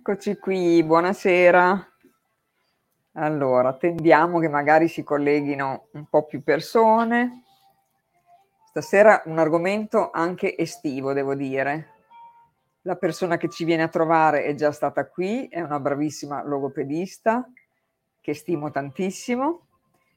Eccoci qui, buonasera. Allora, attendiamo che magari si colleghino un po' più persone. Stasera un argomento anche estivo, devo dire. La persona che ci viene a trovare è già stata qui, è una bravissima logopedista che stimo tantissimo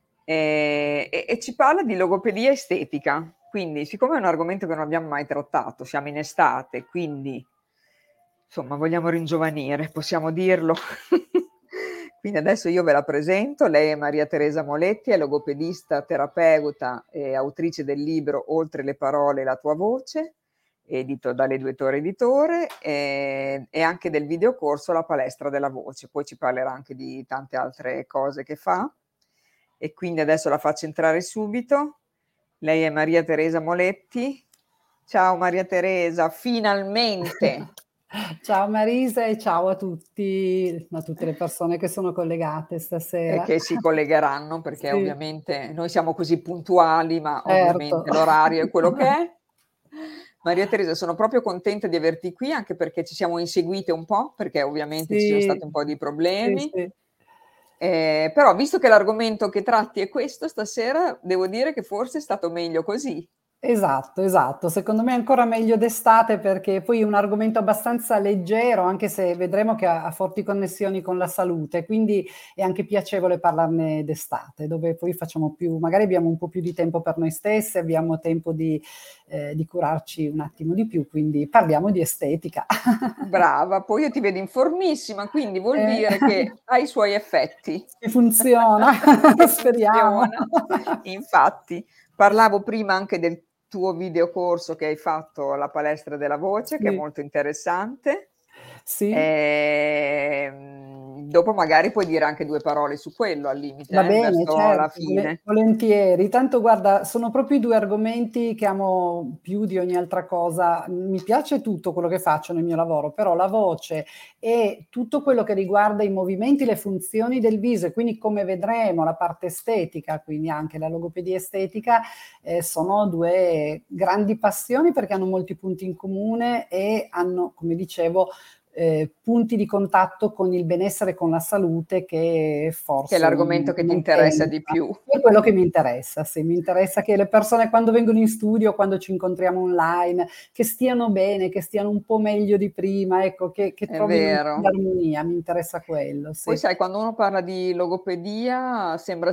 e ci parla di logopedia estetica. Quindi, siccome è un argomento che non abbiamo mai trattato, siamo in estate, quindi insomma vogliamo ringiovanire, possiamo dirlo. Quindi adesso io ve la presento, lei è Maria Teresa Moletti, è logopedista, terapeuta e autrice del libro Oltre le parole la tua voce, edito dall'Eduetore Editore, e anche del videocorso La palestra della voce. Poi ci parlerà anche di tante altre cose che fa. E quindi adesso la faccio entrare subito. Lei è Maria Teresa Moletti. Ciao Maria Teresa, finalmente! Ciao Marisa e ciao a tutti, a tutte le persone che sono collegate E stasera. che si collegheranno perché Sì, ovviamente noi siamo così puntuali, ma certo. ovviamente l'orario è quello che è. Maria Teresa, sono proprio contenta di averti qui, anche perché ci siamo inseguite un po', perché ovviamente ci sono Sì, stati un po' di sì, problemi. sì. Però visto che l'argomento che tratti è questo stasera, devo dire che forse è stato meglio così. Esatto, esatto. Secondo me è ancora meglio d'estate perché poi è un argomento abbastanza leggero, anche se vedremo che ha forti connessioni con la salute, quindi è anche piacevole parlarne d'estate, dove poi facciamo più, magari abbiamo un po' più di tempo per noi stessi, abbiamo tempo di curarci un attimo di più, quindi parliamo di estetica. Brava, poi io ti vedo informissima, quindi vuol Eh, dire che ha i suoi effetti. che funziona, Che speriamo. funziona. Infatti, parlavo prima anche del tuo videocorso che hai fatto alla palestra della voce, che è Sì, molto interessante. sì. Dopo magari puoi dire anche due parole su quello al Va limite, bene, verso la certo, fine. volentieri. Tanto guarda, sono proprio i 2 argomenti che amo più di ogni altra cosa. Mi piace tutto quello che faccio nel mio lavoro, però la voce e tutto quello che riguarda i movimenti, le funzioni del viso e quindi come vedremo la parte estetica, quindi anche la logopedia estetica, sono 2 grandi passioni perché hanno molti punti in comune e hanno, come dicevo, punti di contatto con il benessere e con la salute che Che è forse l'argomento che ti non interessa di pensa. più. È quello che mi interessa, sì, mi interessa che le persone quando vengono in studio, quando ci incontriamo online, che stiano bene, che stiano un po' meglio di prima, ecco, che È trovino un po' di vero. armonia, mi interessa quello, Poi sì. sai, quando uno parla di logopedia sembra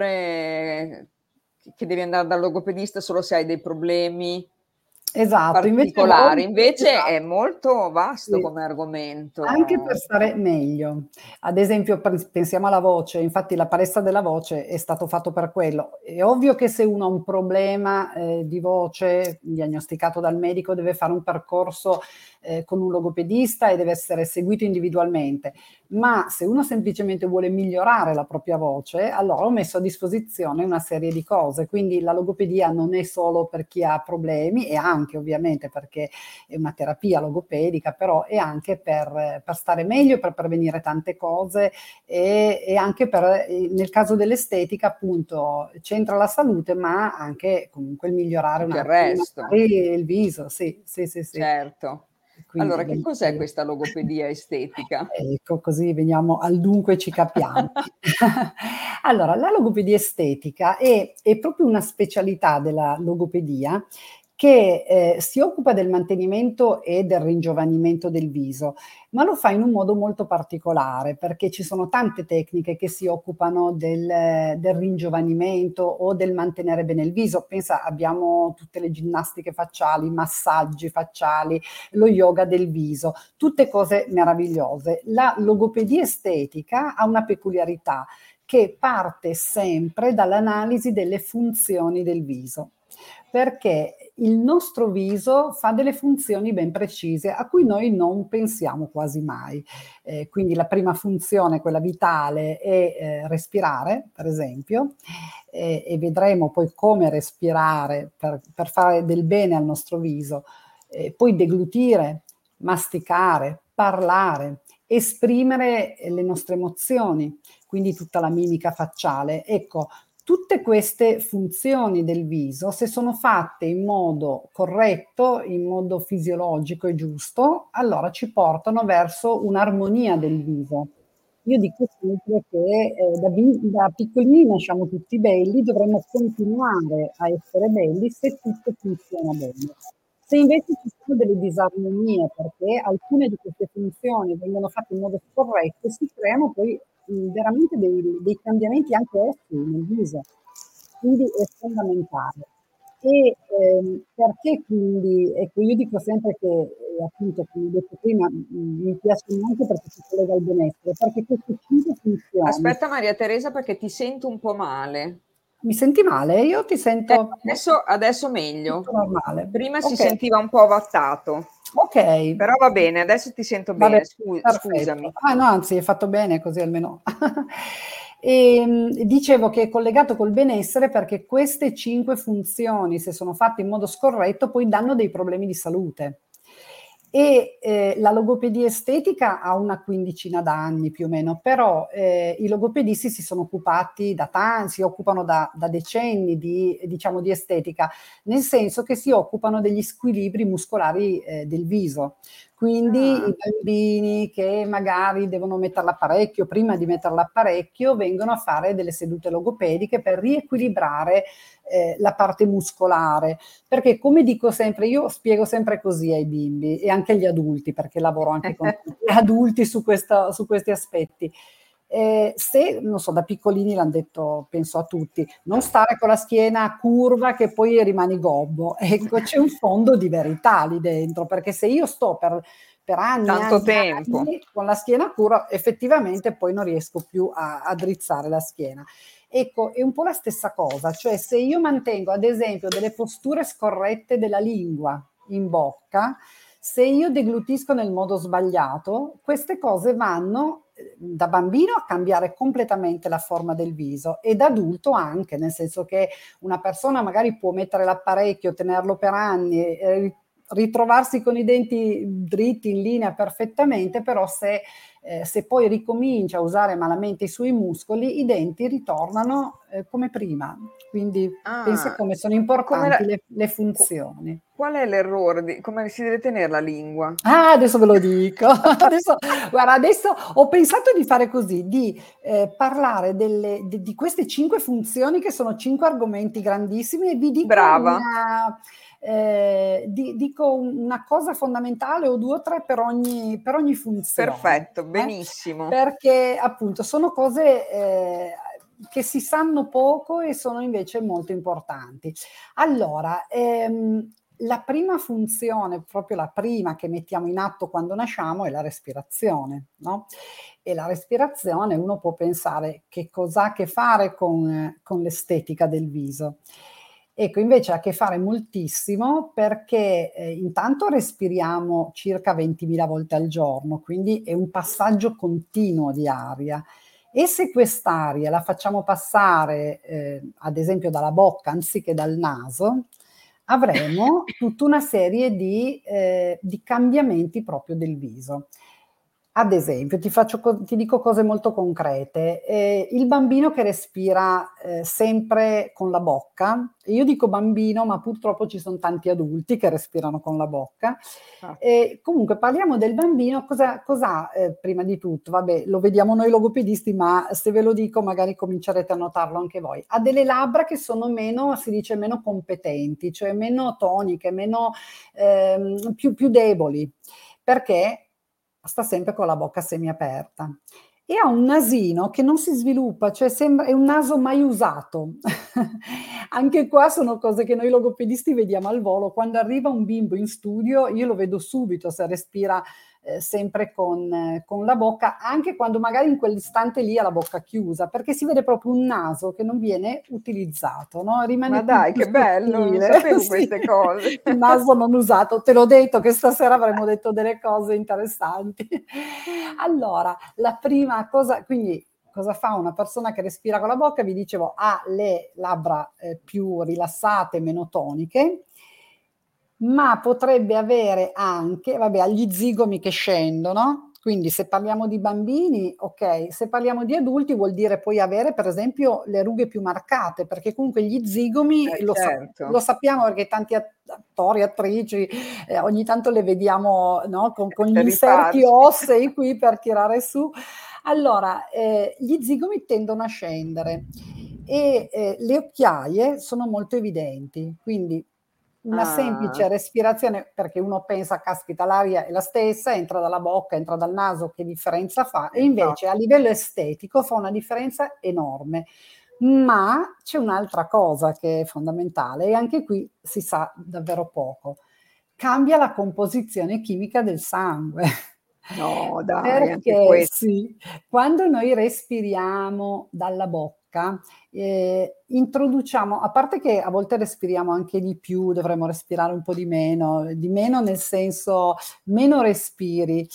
sempre che devi andare dal logopedista solo se hai dei problemi Esatto, invece a particolari, volte invece è esatto, molto vasto sì. come Anche per argomento. stare meglio. Ad esempio, pensiamo alla voce, infatti la palestra della voce è stato fatto per quello. È ovvio che se uno ha un problema di voce diagnosticato dal medico deve fare un percorso con un logopedista e deve essere seguito individualmente, ma se uno semplicemente vuole migliorare la propria voce, allora ho messo a disposizione una serie di cose, quindi la logopedia non è solo per chi ha problemi, e anche ovviamente perché è una terapia logopedica, però è anche per stare meglio, per prevenire tante cose e anche per, nel caso dell'estetica, appunto, c'entra la salute, ma anche comunque il migliorare un Tutto il attimo resto, magari il viso, sì, sì, sì, sì. certo. Quindi Allora, che bene, cos'è quello. questa logopedia estetica? Ecco, così veniamo al dunque e ci capiamo. Allora, la logopedia estetica è proprio una specialità della logopedia che si occupa del mantenimento e del ringiovanimento del viso, ma lo fa in un modo molto particolare perché ci sono tante tecniche che si occupano del ringiovanimento o del mantenere bene il viso. Pensa, abbiamo tutte le ginnastiche facciali, i massaggi facciali, lo yoga del viso, tutte cose meravigliose. La logopedia estetica ha una peculiarità che parte sempre dall'analisi delle funzioni del viso, perché il nostro viso fa delle funzioni ben precise a cui noi non pensiamo quasi mai. Quindi la prima funzione, quella vitale, è respirare, per esempio, e vedremo poi come respirare per fare del bene al nostro viso. Poi deglutire, masticare, parlare, esprimere le nostre emozioni, quindi tutta la mimica facciale. Ecco, tutte queste funzioni del viso, se sono fatte in modo corretto, in modo fisiologico e giusto, allora ci portano verso un'armonia del viso. Io dico sempre che da piccolini nasciamo tutti belli, dovremmo continuare a essere belli se tutto funziona bene. Se invece ci sono delle disarmonie perché alcune di queste funzioni vengono fatte in modo scorretto, si creano poi veramente dei cambiamenti anche osseoi nel viso. Quindi è fondamentale. E perché quindi, ecco, io dico sempre che, appunto, come ho detto prima, mi piacciono anche perché si collega al benessere, perché queste 5 funzioni. Aspetta Maria Teresa perché ti sento un po' male. Mi senti male? Io ti sento Adesso tutto meglio. normale. Prima si Ok, sentiva un po' avvattato, ok, però va bene, adesso ti sento va bene, bene. perfetto. Scusami. Ah no, anzi, hai fatto bene così almeno. E, dicevo che è collegato col benessere perché queste 5 funzioni, se sono fatte in modo scorretto, poi danno dei problemi di salute. E la logopedia estetica ha una quindicina d'anni più o meno, però i logopedisti si sono occupati si occupano da decenni diciamo, di estetica, nel senso che si occupano degli squilibri muscolari del viso. Quindi i Ah. bambini che magari devono mettere l'apparecchio, prima di mettere l'apparecchio, vengono a fare delle sedute logopediche per riequilibrare la parte muscolare. Perché come dico sempre, io spiego sempre così ai bimbi e anche agli adulti, perché lavoro anche con gli adulti su questi aspetti. Se, non so, da piccolini l'hanno detto, penso a tutti, non stare con la schiena curva che poi rimani gobbo. Ecco, c'è un fondo di verità lì dentro, perché se io sto per anni e Tanto anni e tempo. anni con la schiena curva, effettivamente poi non riesco più a drizzare la schiena. Ecco, è un po' la stessa cosa, cioè se io mantengo ad esempio delle posture scorrette della lingua in bocca, se io deglutisco nel modo sbagliato, queste cose vanno da bambino a cambiare completamente la forma del viso e da adulto anche, nel senso che una persona magari può mettere l'apparecchio, tenerlo per anni, ritrovarsi con i denti dritti in linea perfettamente, però se poi ricomincia a usare malamente i suoi muscoli, i denti ritornano come prima. Quindi pensa Ah, come sono come importanti la- le qu- funzioni. qual è l'errore? Come si deve tenere la lingua? Ah, adesso ve lo dico. Adesso, guarda, adesso ho pensato di fare così, di parlare di queste 5 funzioni che sono 5 argomenti grandissimi e vi dico Brava, dico una cosa fondamentale o 2 o 3 per ogni funzione. perfetto, benissimo. Perché appunto sono cose che si sanno poco e sono invece molto importanti. Allora, la prima funzione, proprio la prima che mettiamo in atto quando nasciamo, è la respirazione, no? E la respirazione uno può pensare che cosa ha a che fare con l'estetica del viso. Ecco, invece ha a che fare moltissimo perché intanto respiriamo circa 20.000 volte al giorno, quindi è un passaggio continuo di aria. E se quest'aria la facciamo passare, ad esempio dalla bocca anziché dal naso, avremo tutta una serie di cambiamenti proprio del viso. Ad esempio, ti dico cose molto concrete. Il bambino che respira sempre con la bocca, io dico bambino, ma purtroppo ci sono tanti adulti che respirano con la bocca. Ah, Comunque parliamo del bambino, cosa prima di tutto? Vabbè, lo vediamo noi logopedisti, ma se ve lo dico magari comincerete a notarlo anche voi. Ha delle labbra che sono meno, si dice, meno competenti, cioè meno toniche, più deboli, perché sta sempre con la bocca semiaperta. E ha un nasino che non si sviluppa, cioè è un naso mai usato. Anche qua sono cose che noi logopedisti vediamo al volo. Quando arriva un bimbo in studio, io lo vedo subito se respira sempre con la bocca, anche quando magari in quell'istante lì ha la bocca chiusa, perché si vede proprio un naso che non viene utilizzato, no? ma Rimane più, dai, più che bello, non sottile. sapevo Sì, queste cose. il naso non usato. Te l'ho detto che stasera avremmo detto delle cose interessanti. Allora, la prima cosa, quindi cosa fa una persona che respira con la bocca? Vi dicevo, ha le labbra più rilassate, meno toniche, ma potrebbe avere anche, vabbè, ha gli zigomi che scendono, Quindi se parliamo di bambini, ok, se parliamo di adulti vuol dire poi avere per esempio le rughe più marcate, perché comunque gli zigomi lo Certo, sappiamo perché tanti attori, attrici, ogni tanto le vediamo, no, con gli per inserti rifarsi. ossei qui per tirare su. Allora, gli zigomi tendono a scendere e le occhiaie sono molto evidenti, quindi una Ah, semplice respirazione, perché uno pensa, caspita, l'aria è la stessa, entra dalla bocca, entra dal naso, che differenza fa? E invece a infatti. livello estetico fa una differenza enorme. Ma c'è un'altra cosa che è fondamentale e anche qui si sa davvero poco. Cambia la composizione chimica del sangue. No, dai, anche Perché questo. sì, quando noi respiriamo dalla bocca, introduciamo, a parte che a volte respiriamo anche di più, dovremmo respirare un po' di meno nel senso meno respiri.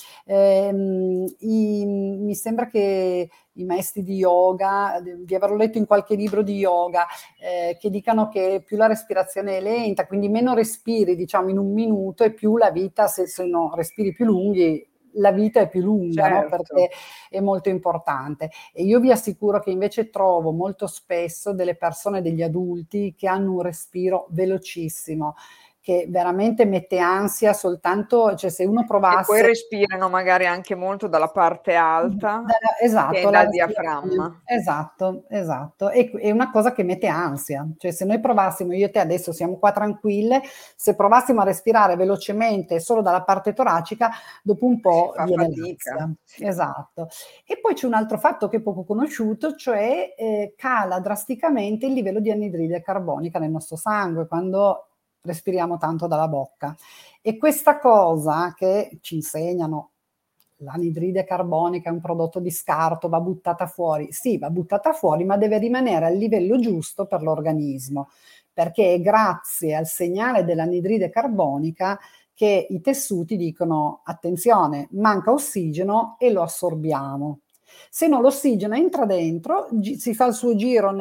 Mi sembra che i maestri di yoga, di averlo letto in qualche libro di yoga, che dicano che più la respirazione è lenta, quindi meno respiri, diciamo, in un minuto e più la vita, se sono respiri più lunghi, la vita è più lunga, no? Certo. Perché è molto importante. E io vi assicuro che invece trovo molto spesso delle persone, degli adulti, che hanno un respiro velocissimo, che veramente mette ansia soltanto, cioè se uno E poi provasse respirano magari anche molto dalla parte alta, che è esatto, la dal respirazione. diaframma. Esatto, esatto. È una cosa che mette ansia. Cioè, se noi provassimo, io e te adesso siamo qua tranquille, se provassimo a respirare velocemente solo dalla parte toracica, dopo un Si po' fa viene fatica, l'ansia. sì. Esatto. E poi c'è un altro fatto che è poco conosciuto, cioè cala drasticamente il livello di anidride carbonica nel nostro sangue quando respiriamo tanto dalla bocca. E questa cosa che ci insegnano, l'anidride carbonica è un prodotto di scarto, va buttata fuori. Sì, va buttata fuori, ma deve rimanere al livello giusto per l'organismo, perché è grazie al segnale dell'anidride carbonica che i tessuti dicono attenzione, manca ossigeno e lo assorbiamo. Se no l'ossigeno entra dentro, si fa il suo giro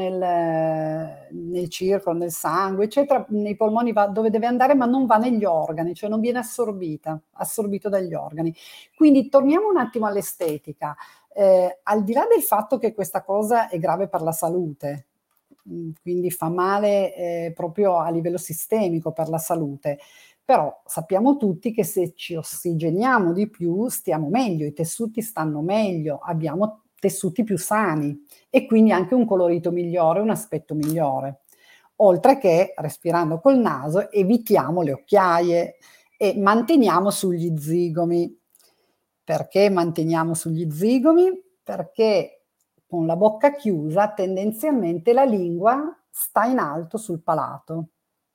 nel circolo, nel sangue, eccetera, nei polmoni va dove deve andare, ma non va negli organi, cioè non viene assorbito dagli organi. Quindi torniamo un attimo all'estetica. Al di là del fatto che questa cosa è grave per la salute, quindi fa male proprio a livello sistemico per la salute, però sappiamo tutti che se ci ossigeniamo di più stiamo meglio, i tessuti stanno meglio, abbiamo tessuti più sani e quindi anche un colorito migliore, un aspetto migliore. Oltre che respirando col naso evitiamo le occhiaie e manteniamo sugli zigomi. Perché manteniamo sugli zigomi? Perché con la bocca chiusa tendenzialmente la lingua sta in alto sul palato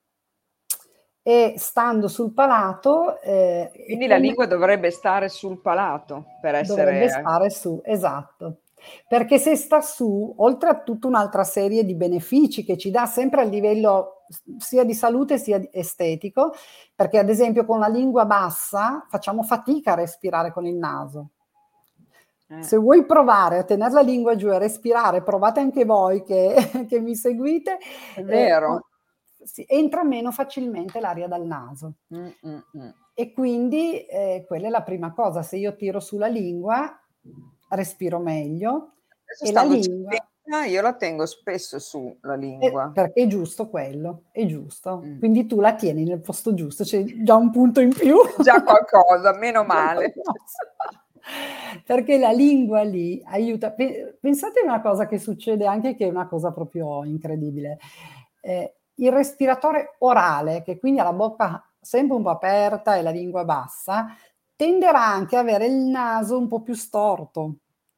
e stando sul palato è Quindi la come lingua dovrebbe stare sul palato per dovrebbe essere... stare su, esatto. Perché se sta su, oltre a tutta un'altra serie di benefici che ci dà sempre a livello sia di salute sia di estetico, perché ad esempio con la lingua bassa facciamo fatica a respirare con il naso. Se vuoi provare a tenere la lingua giù e respirare, provate anche voi che mi seguite, È vero. entra meno facilmente l'aria dal naso. Mm, mm, mm. E quindi quella è la prima cosa, se io tiro sulla lingua respiro meglio Adesso e la stando lingua, zitta, io la tengo spesso su la lingua. perché è giusto quello, è giusto. Mm. Quindi tu la tieni nel posto giusto, c'è già un punto in più. Già qualcosa, meno Già male. qualcosa. Perché la lingua lì aiuta. Pensate a una cosa che succede anche, che è una cosa proprio incredibile. Il respiratore orale, che quindi ha la bocca sempre un po' aperta e la lingua bassa, tenderà anche ad avere il naso un po' più storto,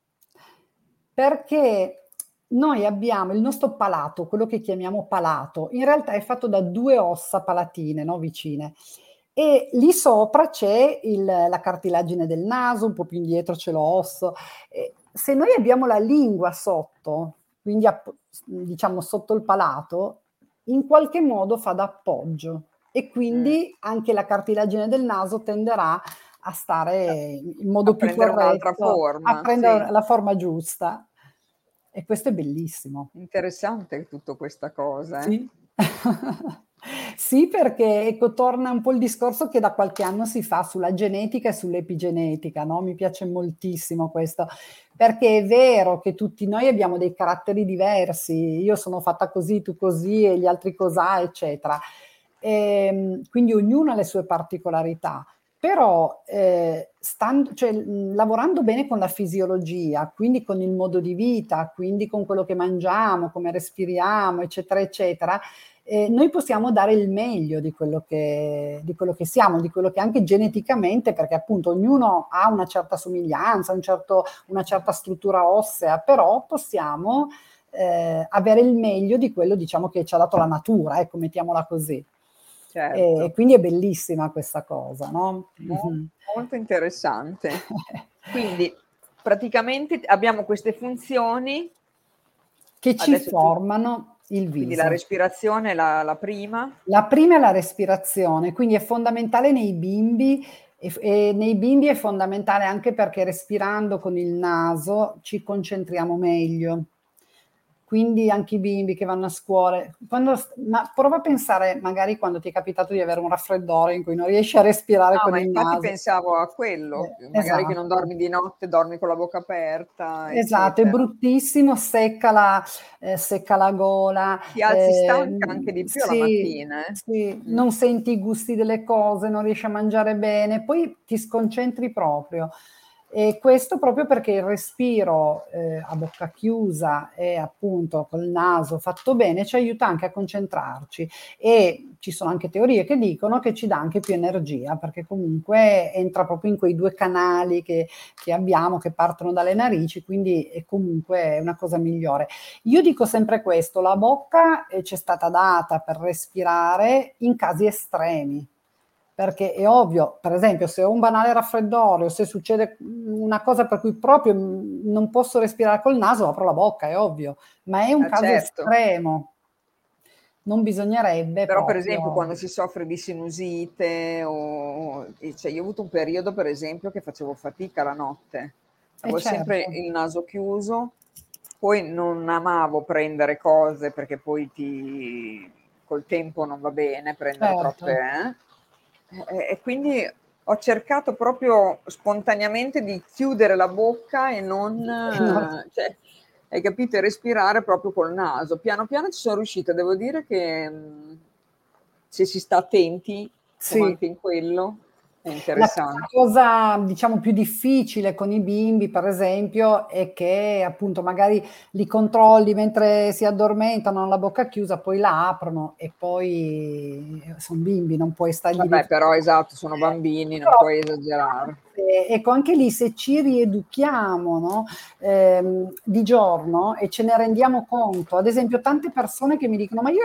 perché noi abbiamo il nostro palato, quello che chiamiamo palato, in realtà è fatto da due ossa palatine, no, vicine, e lì sopra c'è la cartilagine del naso, un po' più indietro c'è l'osso. Se noi abbiamo la lingua sotto, quindi diciamo sotto il palato, in qualche modo fa da appoggio e Mm. quindi anche la cartilagine del naso tenderà a stare in A modo più prendere un'altra corretto, a forma, sì. prendere la forma giusta. E questo è bellissimo. Interessante tutta questa cosa, eh? Sì. Sì, perché ecco, torna un po' il discorso che da qualche anno si fa sulla genetica e sull'epigenetica, no? Mi piace moltissimo questo, perché è vero che tutti noi abbiamo dei caratteri diversi, io sono fatta così, tu così e gli altri cos'ha, eccetera. Quindi ognuno ha le sue particolarità. Però cioè, lavorando bene con la fisiologia, quindi con il modo di vita, quindi con quello che mangiamo, come respiriamo, eccetera, eccetera, noi possiamo dare il meglio di quello che siamo, di quello che anche geneticamente, perché appunto ognuno ha una certa somiglianza, una certa struttura ossea, però possiamo avere il meglio di quello, diciamo, che ci ha dato la natura, ecco, mettiamola così. E Certo, quindi è bellissima questa cosa, no? molto interessante. Quindi praticamente abbiamo queste funzioni, Che ci adesso tu, formano il quindi la viso. respirazione è la prima. La prima è la respirazione, quindi è fondamentale nei bimbi e nei bimbi è fondamentale anche perché respirando con il naso ci concentriamo meglio. Quindi anche i bimbi che vanno a scuola, ma prova a pensare magari quando ti è capitato di avere un raffreddore in cui non riesci a respirare No, con ma il infatti naso. pensavo a quello, magari che non Esatto. dormi di notte, dormi con la bocca aperta, Esatto, è eccetera. bruttissimo, secca la gola, Ti alzi stanca anche di più la sì, mattina, eh? sì, Mm. non senti i gusti delle cose, non riesci a mangiare bene, poi ti sconcentri proprio. E questo proprio perché il respiro a bocca chiusa e appunto col naso fatto bene ci aiuta anche a concentrarci. E ci sono anche teorie che dicono che ci dà anche più energia, perché comunque entra proprio in quei due canali che abbiamo, che partono dalle narici, quindi è comunque una cosa migliore. Io dico sempre questo, la bocca ci è stata data per respirare in casi estremi, perché è ovvio, per esempio, se ho un banale raffreddore o se succede una cosa per cui proprio non posso respirare col naso, apro la bocca, è ovvio, ma è un caso Certo. estremo, non bisognerebbe Però per esempio proprio. quando si soffre di sinusite cioè io ho avuto un periodo per esempio che facevo fatica la notte, E avevo sempre certo, il naso chiuso, poi non amavo prendere cose perché poi col tempo non va bene prendere troppe, certo. e quindi ho cercato proprio spontaneamente di chiudere la bocca e non, No, cioè, hai capito, e respirare proprio col naso. Piano piano ci sono riuscita, devo dire che se si sta attenti, come sì. anche in quello, è La interessante. cosa, diciamo, più difficile con i bimbi, per esempio, è che appunto magari li controlli mentre si addormentano, hanno la bocca chiusa, poi la aprono e poi sono bimbi, non puoi stargli Vabbè, dietro. però esatto, sono bambini, non Però, puoi esagerare. ecco, anche lì se ci rieduchiamo, no, di giorno e ce ne rendiamo conto, ad esempio tante persone che mi dicono ma io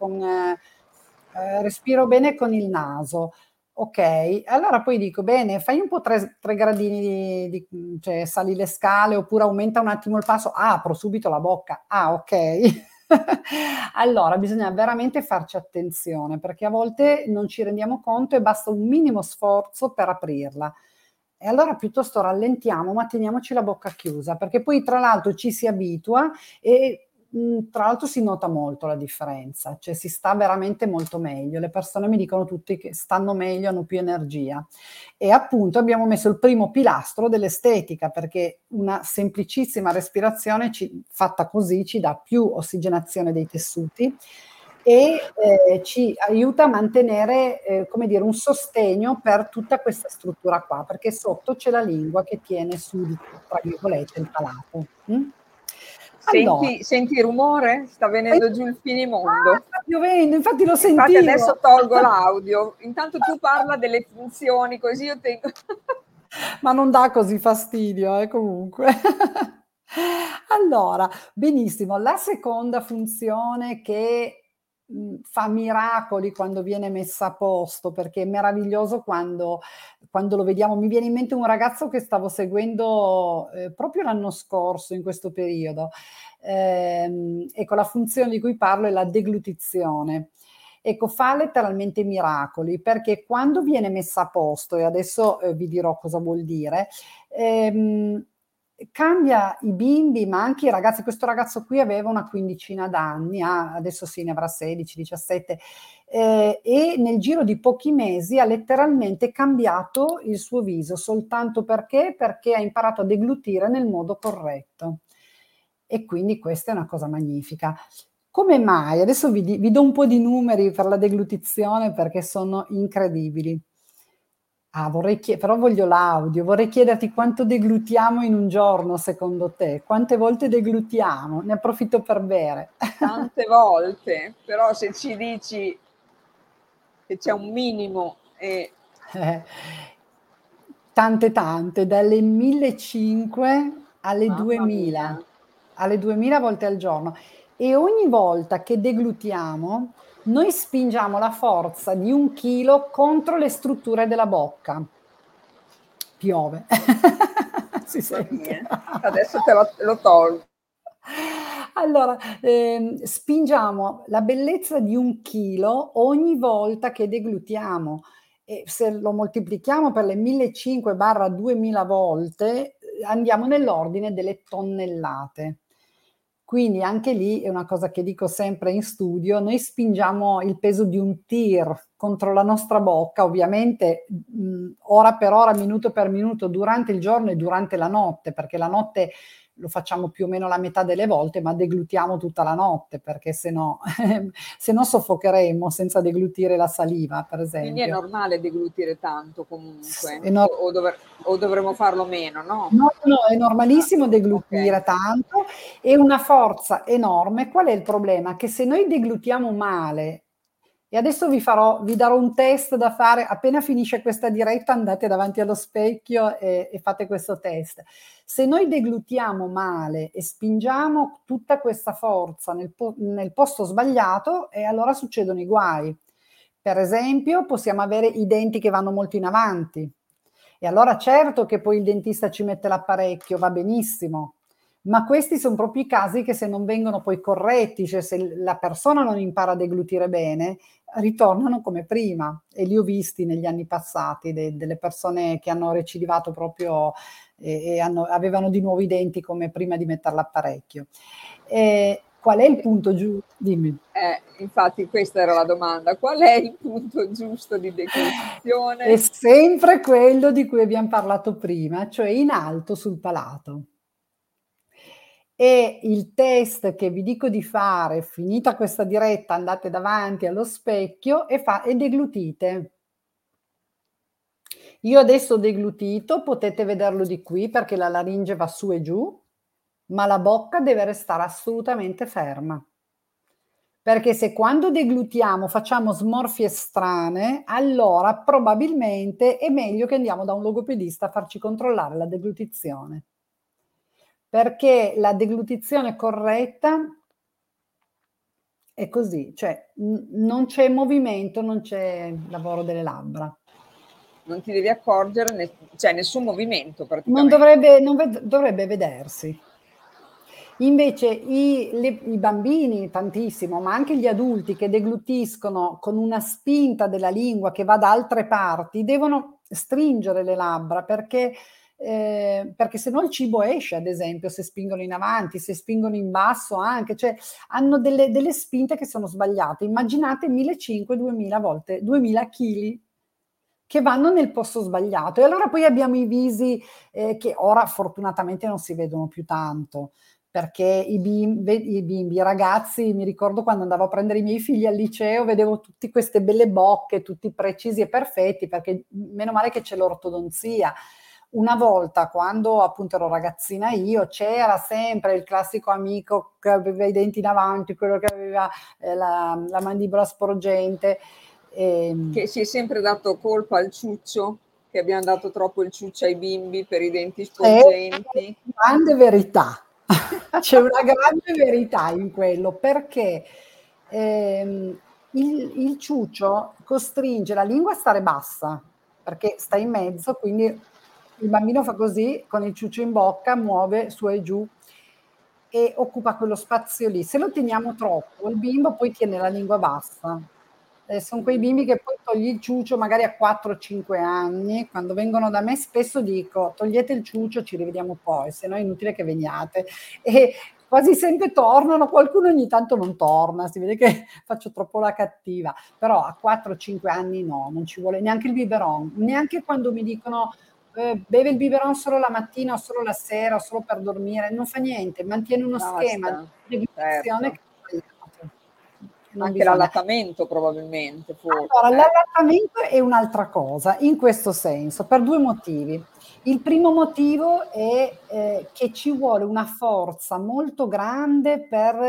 respiro bene con il naso. Ok, allora poi dico, bene, fai un po' tre gradini, cioè sali le scale oppure aumenta un attimo il passo, apro subito la bocca. Ah, ok. Allora bisogna veramente farci attenzione perché a volte non ci rendiamo conto e basta un minimo sforzo per aprirla. E allora piuttosto rallentiamo, ma teniamoci la bocca chiusa, perché poi tra l'altro ci si abitua e tra l'altro si nota molto la differenza, cioè si sta veramente molto meglio. Le persone mi dicono tutti che stanno meglio, hanno più energia. E appunto abbiamo messo il primo pilastro dell'estetica, perché una semplicissima respirazione fatta così ci dà più ossigenazione dei tessuti e ci aiuta a mantenere, come dire, un sostegno per tutta questa struttura qua, perché sotto c'è la lingua che tiene su, tra virgolette, il palato. Allora, Senti il rumore? Sta venendo giù il finimondo. sta piovendo, infatti lo Infatti sentivo. adesso tolgo l'audio. Intanto tu parla delle funzioni, così io tengo. Ma non dà così fastidio, comunque. Allora, benissimo. La seconda funzione che fa miracoli quando viene messa a posto, perché è meraviglioso quando lo vediamo. Mi viene in mente un ragazzo che stavo seguendo proprio l'anno scorso, in questo periodo. Ecco, la funzione di cui parlo è la deglutizione. Ecco, fa letteralmente miracoli perché quando viene messa a posto, e adesso vi dirò cosa vuol dire, ehm, cambia i bimbi, ma anche i ragazzi. Questo ragazzo qui aveva una quindicina d'anni, adesso sì, ne avrà 16, 17, e nel giro di pochi mesi ha letteralmente cambiato il suo viso, soltanto perché ha imparato a deglutire nel modo corretto. E quindi questa è una cosa magnifica. Come mai? Adesso vi do un po' di numeri per la deglutizione perché sono incredibili. Però voglio l'audio. Vorrei chiederti quanto deglutiamo in un giorno, secondo te? Quante volte deglutiamo? Ne approfitto per bere. Tante volte, però se ci dici che c'è un minimo e Eh, tante, dalle 1500 alle mamma 2000, mia, alle 2000 volte al giorno. E ogni volta che deglutiamo, noi spingiamo la forza di 1 chilo contro le strutture della bocca. Piove. Si mamma sente. mia, adesso lo tolgo. Allora, spingiamo la bellezza di 1 chilo ogni volta che deglutiamo, e se lo moltiplichiamo per le 1500/2000 volte, andiamo nell'ordine delle tonnellate. Quindi anche lì è una cosa che dico sempre in studio: noi spingiamo il peso di un tir contro la nostra bocca, ovviamente ora per ora, minuto per minuto, durante il giorno e durante la notte, perché la notte lo facciamo più o meno la metà delle volte, ma deglutiamo tutta la notte, perché se no soffocheremmo senza deglutire la saliva, per Quindi è esempio. normale deglutire tanto È comunque, no- o dovremmo farlo meno, no? No, no, è Ah, normalissimo ok. deglutire tanto e una forza enorme. Qual è il problema? Che se noi deglutiamo male, e adesso vi darò un test da fare, appena finisce questa diretta andate davanti allo specchio e fate questo test. Se noi deglutiamo male e spingiamo tutta questa forza nel posto sbagliato, e allora succedono i guai. Per esempio, possiamo avere i denti che vanno molto in avanti. E allora certo che poi il dentista ci mette l'apparecchio, va benissimo, ma questi sono proprio i casi che se non vengono poi corretti, cioè se la persona non impara a deglutire bene, ritornano come prima. E li ho visti negli anni passati, delle persone che hanno recidivato proprio e avevano di nuovo i denti come prima di mettere l'apparecchio. Qual è il punto giù? Dimmi. Infatti questa era la domanda. Qual è il punto giusto di È deglutizione? sempre quello di cui abbiamo parlato prima, cioè in alto sul palato. E il test che vi dico di fare, finita questa diretta, andate davanti allo specchio e deglutite. Io adesso ho deglutito, potete vederlo di qui perché la laringe va su e giù, ma la bocca deve restare assolutamente ferma. Perché se quando deglutiamo facciamo smorfie strane, allora probabilmente è meglio che andiamo da un logopedista a farci controllare la deglutizione. Perché la deglutizione corretta è così, cioè non c'è movimento, non c'è lavoro delle labbra. Non ti devi accorgere, cioè nessun movimento Non praticamente. dovrebbe vedersi. Invece i bambini, tantissimo, ma anche gli adulti che deglutiscono con una spinta della lingua che va da altre parti, devono stringere le labbra perché se no il cibo esce, ad esempio, se spingono in avanti, se spingono in basso anche, cioè hanno delle spinte che sono sbagliate. Immaginate 1500-2000 volte, 2000 kg che vanno nel posto sbagliato. E allora poi abbiamo i visi che ora fortunatamente non si vedono più tanto, perché i ragazzi, mi ricordo quando andavo a prendere i miei figli al liceo, vedevo tutte queste belle bocche, tutti precisi e perfetti, perché meno male che c'è l'ortodonzia. Una volta, quando appunto ero ragazzina io, c'era sempre il classico amico che aveva i denti in avanti, quello che aveva la mandibola sporgente. Che si è sempre dato colpa al ciuccio, che abbiamo dato troppo il ciuccio ai bimbi per i denti C'è sporgenti. una grande verità, c'è una grande verità in quello, perché il ciuccio costringe la lingua a stare bassa, perché sta in mezzo, quindi il bambino fa così, con il ciuccio in bocca, muove su e giù e occupa quello spazio lì. Se lo teniamo troppo, il bimbo poi tiene la lingua bassa Sono quei bimbi che poi togli il ciuccio magari a 4-5 anni, quando vengono da me spesso dico togliete il ciuccio, ci rivediamo poi, se no è inutile che veniate. E quasi sempre tornano, qualcuno ogni tanto non torna, si vede che faccio troppo la cattiva, però a 4-5 anni no, non ci vuole neanche il biberon, neanche quando mi dicono beve il biberon solo la mattina o solo la sera o solo per dormire, non fa niente, mantiene uno schema Basta, di deglutizione certo. che è sbagliato. Non Anche bisogna. l'allattamento probabilmente, Allora, forse. l'allattamento è un'altra cosa, in questo senso, per 2 motivi. Il primo motivo è, che ci vuole una forza molto grande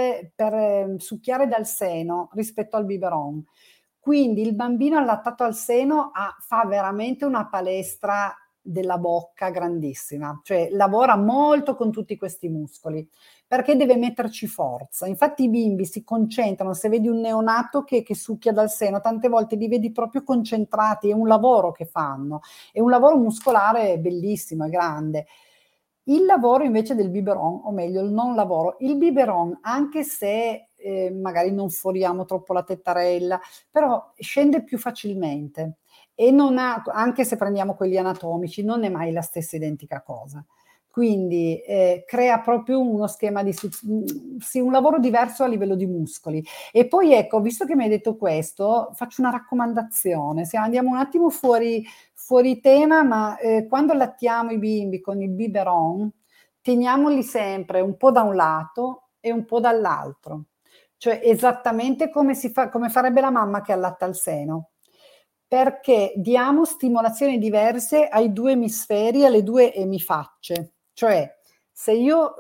per succhiare dal seno rispetto al biberon. Quindi il bambino allattato al seno fa veramente una palestra della bocca grandissima, cioè lavora molto con tutti questi muscoli perché deve metterci forza. Infatti i bimbi si concentrano, se vedi un neonato che succhia dal seno, tante volte li vedi proprio concentrati, è un lavoro che fanno, è un lavoro muscolare bellissimo, è grande. Il lavoro invece del biberon, o meglio il non lavoro, il biberon, anche se magari non foriamo troppo la tettarella, però scende più facilmente e non ha, anche se prendiamo quelli anatomici, non è mai la stessa identica cosa. Quindi crea proprio uno schema di sì, un lavoro diverso a livello di muscoli. E poi ecco, visto che mi hai detto questo, faccio una raccomandazione. Se andiamo un attimo fuori tema, ma quando allattiamo i bimbi con il biberon, teniamoli sempre un po' da un lato e un po' dall'altro. Cioè esattamente come farebbe la mamma che allatta il seno, perché diamo stimolazioni diverse ai 2 emisferi, alle 2 emifacce. Cioè, se io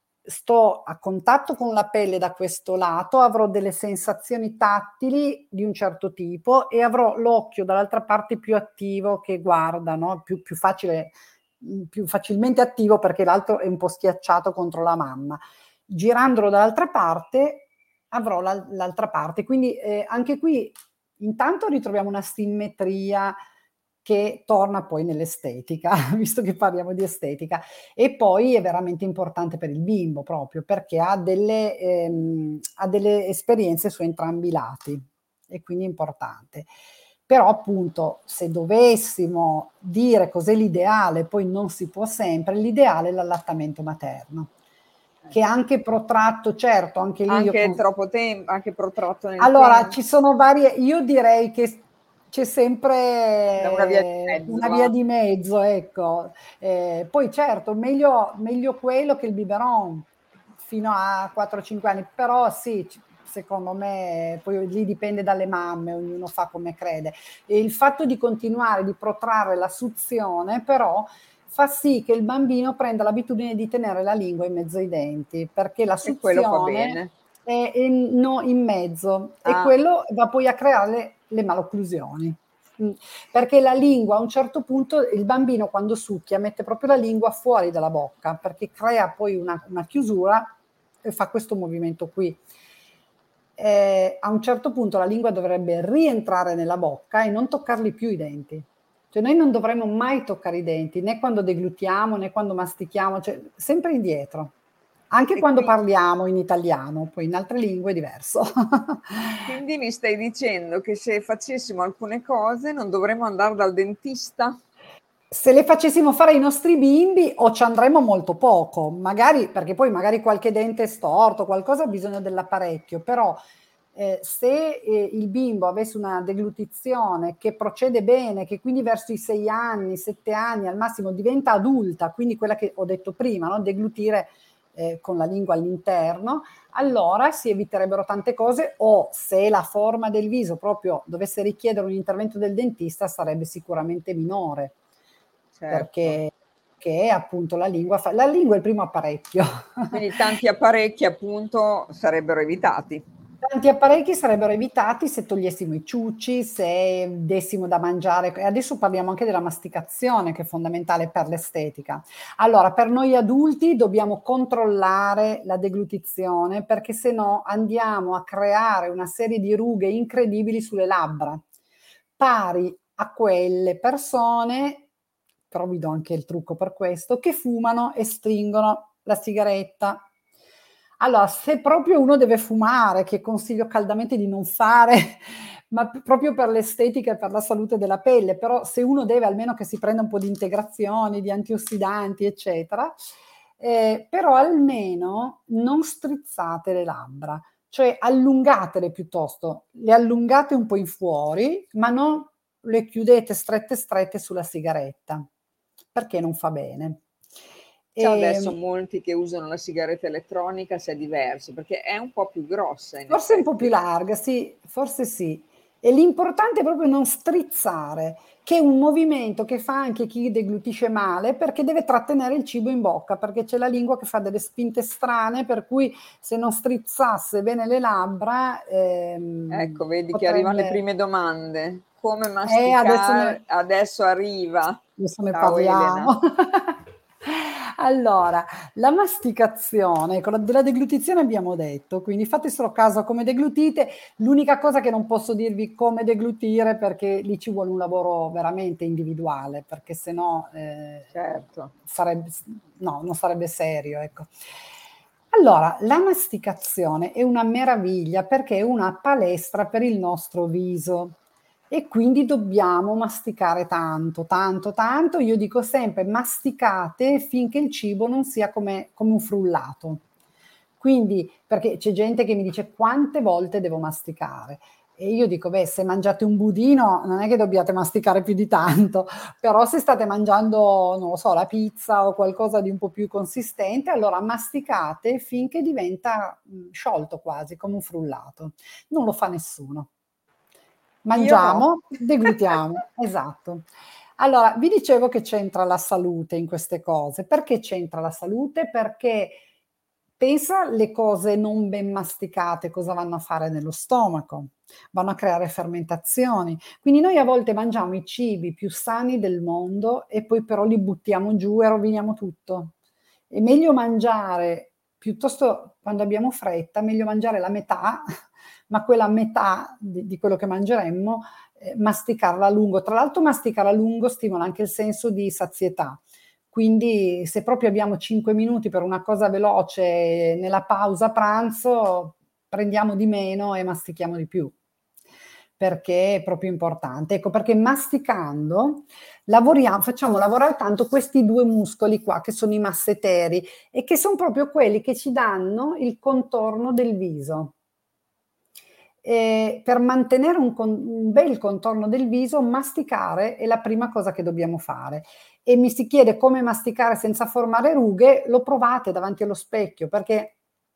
sto a contatto con la pelle da questo lato, avrò delle sensazioni tattili di un certo tipo e avrò l'occhio dall'altra parte più attivo che guarda, no? più facile, più facilmente attivo perché l'altro è un po' schiacciato contro la mamma. Girandolo dall'altra parte avrò l'altra parte. Quindi anche qui intanto ritroviamo una simmetria che torna poi nell'estetica, visto che parliamo di estetica, e poi è veramente importante per il bimbo proprio perché ha delle esperienze su entrambi i lati e quindi è importante. Però appunto se dovessimo dire cos'è l'ideale, poi non si può sempre, l'ideale è l'allattamento materno, che anche protratto, certo, anche lì io Anche troppo tempo, anche protratto nel allora, tempo, ci sono varie, io direi che c'è da una via di sempre mezzo, una via va. di mezzo, ecco. Poi certo, meglio quello che il biberon fino a 4-5 anni, però sì, secondo me, poi lì dipende dalle mamme, ognuno fa come crede. E il fatto di continuare, di protrarre la suzione, però fa sì che il bambino prenda l'abitudine di tenere la lingua in mezzo ai denti, perché la E quello fa suzione bene. è no, in mezzo e Ah, quello va poi a creare le malocclusioni. Perché la lingua a un certo punto, il bambino quando succhia mette proprio la lingua fuori dalla bocca perché crea poi una chiusura e fa questo movimento qui. A un certo punto la lingua dovrebbe rientrare nella bocca e non toccarli più i denti. Cioè noi non dovremmo mai toccare i denti, né quando deglutiamo, né quando mastichiamo, cioè sempre indietro. Anche e quando qui, parliamo in italiano, poi in altre lingue è diverso. quindi mi stai dicendo che se facessimo alcune cose non dovremmo andare dal dentista? Se le facessimo fare ai nostri bimbi o ci andremo molto poco, magari perché poi magari qualche dente è storto, qualcosa ha bisogno dell'apparecchio, però se il bimbo avesse una deglutizione che procede bene, che quindi verso i 6 anni, 7 anni al massimo diventa adulta, quindi quella che ho detto prima, no? Deglutire con la lingua all'interno, allora si eviterebbero tante cose o se la forma del viso proprio dovesse richiedere un intervento del dentista sarebbe sicuramente minore Certo. perché appunto la lingua è il primo apparecchio. Quindi tanti apparecchi appunto sarebbero evitati. Tanti apparecchi sarebbero evitati se togliessimo i ciucci, se dessimo da mangiare. Adesso parliamo anche della masticazione che è fondamentale per l'estetica. Allora, per noi adulti dobbiamo controllare la deglutizione perché se no andiamo a creare una serie di rughe incredibili sulle labbra, pari a quelle persone, però vi do anche il trucco per questo, che fumano e stringono la sigaretta. Allora, se proprio uno deve fumare, che consiglio caldamente di non fare, ma proprio per l'estetica e per la salute della pelle, però se uno deve almeno che si prenda un po' di integrazioni, di antiossidanti, eccetera, però almeno non strizzate le labbra, cioè allungatele piuttosto, le allungate un po' in fuori, ma non le chiudete strette strette sulla sigaretta, perché non fa bene. C'è adesso E, molti che usano la sigaretta elettronica, se è diverso, perché è un po' più grossa in forse un po' più effetti. larga, sì, forse sì. E l'importante è proprio non strizzare, che è un movimento che fa anche chi deglutisce male perché deve trattenere il cibo in bocca, perché c'è la lingua che fa delle spinte strane, per cui se non strizzasse bene le labbra Ecco, vedi che arrivano le potrebbe... prime domande. Come Adesso masticare? ne, Adesso arriva. Adesso ne Ciao Elena. parliamo. Allora, la masticazione, ecco, della deglutizione abbiamo detto, quindi fate solo caso a come deglutite. L'unica cosa che non posso dirvi come deglutire perché lì ci vuole un lavoro veramente individuale, perché sennò Certo. sarebbe, no, non sarebbe serio, ecco. Allora, la masticazione è una meraviglia perché è una palestra per il nostro viso e quindi dobbiamo masticare tanto, tanto, tanto. Io dico sempre masticate finché il cibo non sia come un frullato. Quindi, perché c'è gente che mi dice quante volte devo masticare? E io dico, beh, se mangiate un budino non è che dobbiate masticare più di tanto, però se state mangiando, non lo so, la pizza o qualcosa di un po' più consistente, allora masticate finché diventa sciolto quasi, come un frullato. Non lo fa nessuno. Io no. Mangiamo, deglutiamo, esatto. Allora, vi dicevo che c'entra la salute in queste cose. Perché c'entra la salute? Perché pensa le cose non ben masticate, cosa vanno a fare nello stomaco? Vanno a creare fermentazioni. Quindi noi a volte mangiamo i cibi più sani del mondo e poi però li buttiamo giù e roviniamo tutto. È meglio mangiare, piuttosto quando abbiamo fretta, meglio mangiare la metà, ma quella metà di quello che mangeremmo, masticarla a lungo. Tra l'altro masticare a lungo stimola anche il senso di sazietà. Quindi se proprio abbiamo 5 minuti per una cosa veloce nella pausa pranzo, prendiamo di meno e mastichiamo di più, perché è proprio importante. Ecco, perché masticando facciamo lavorare tanto questi due muscoli qua, che sono i masseteri, e che sono proprio quelli che ci danno il contorno del viso. E per mantenere un bel contorno del viso, masticare è la prima cosa che dobbiamo fare. E mi si chiede come masticare senza formare rughe, lo provate davanti allo specchio, perché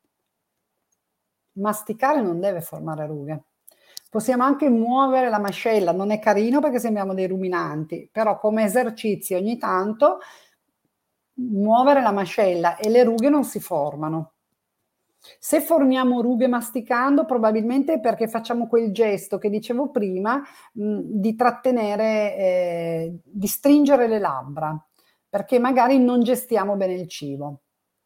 masticare non deve formare rughe. Possiamo anche muovere la mascella, non è carino perché sembriamo dei ruminanti, però come esercizio ogni tanto muovere la mascella e le rughe non si formano. Se formiamo rughe masticando, probabilmente è perché facciamo quel gesto che dicevo prima, di trattenere, di stringere le labbra, perché magari non gestiamo bene il cibo.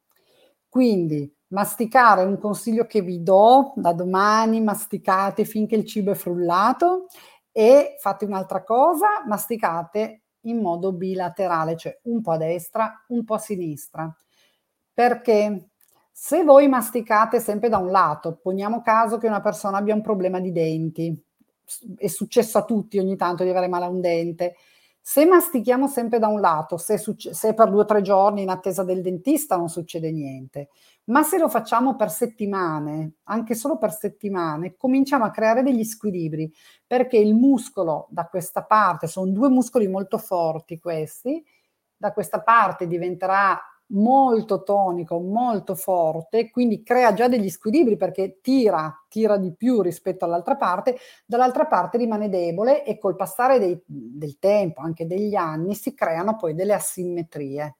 Quindi masticare è un consiglio che vi do, da domani masticate finché il cibo è frullato e fate un'altra cosa, masticate in modo bilaterale, cioè un po' a destra, un po' a sinistra. Perché se voi masticate sempre da un lato, poniamo caso che una persona abbia un problema di denti, è successo a tutti ogni tanto di avere male a un dente, se mastichiamo sempre da un lato, se per 2 o 3 giorni in attesa del dentista non succede niente, ma se lo facciamo per settimane, anche solo per settimane, cominciamo a creare degli squilibri, perché il muscolo da questa parte, sono due muscoli molto forti questi, da questa parte diventerà molto tonico, molto forte, quindi crea già degli squilibri perché tira di più rispetto all'altra parte, dall'altra parte rimane debole e col passare del tempo, anche degli anni, si creano poi delle asimmetrie.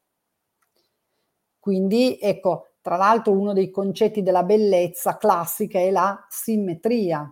Quindi ecco, tra l'altro uno dei concetti della bellezza classica è la simmetria.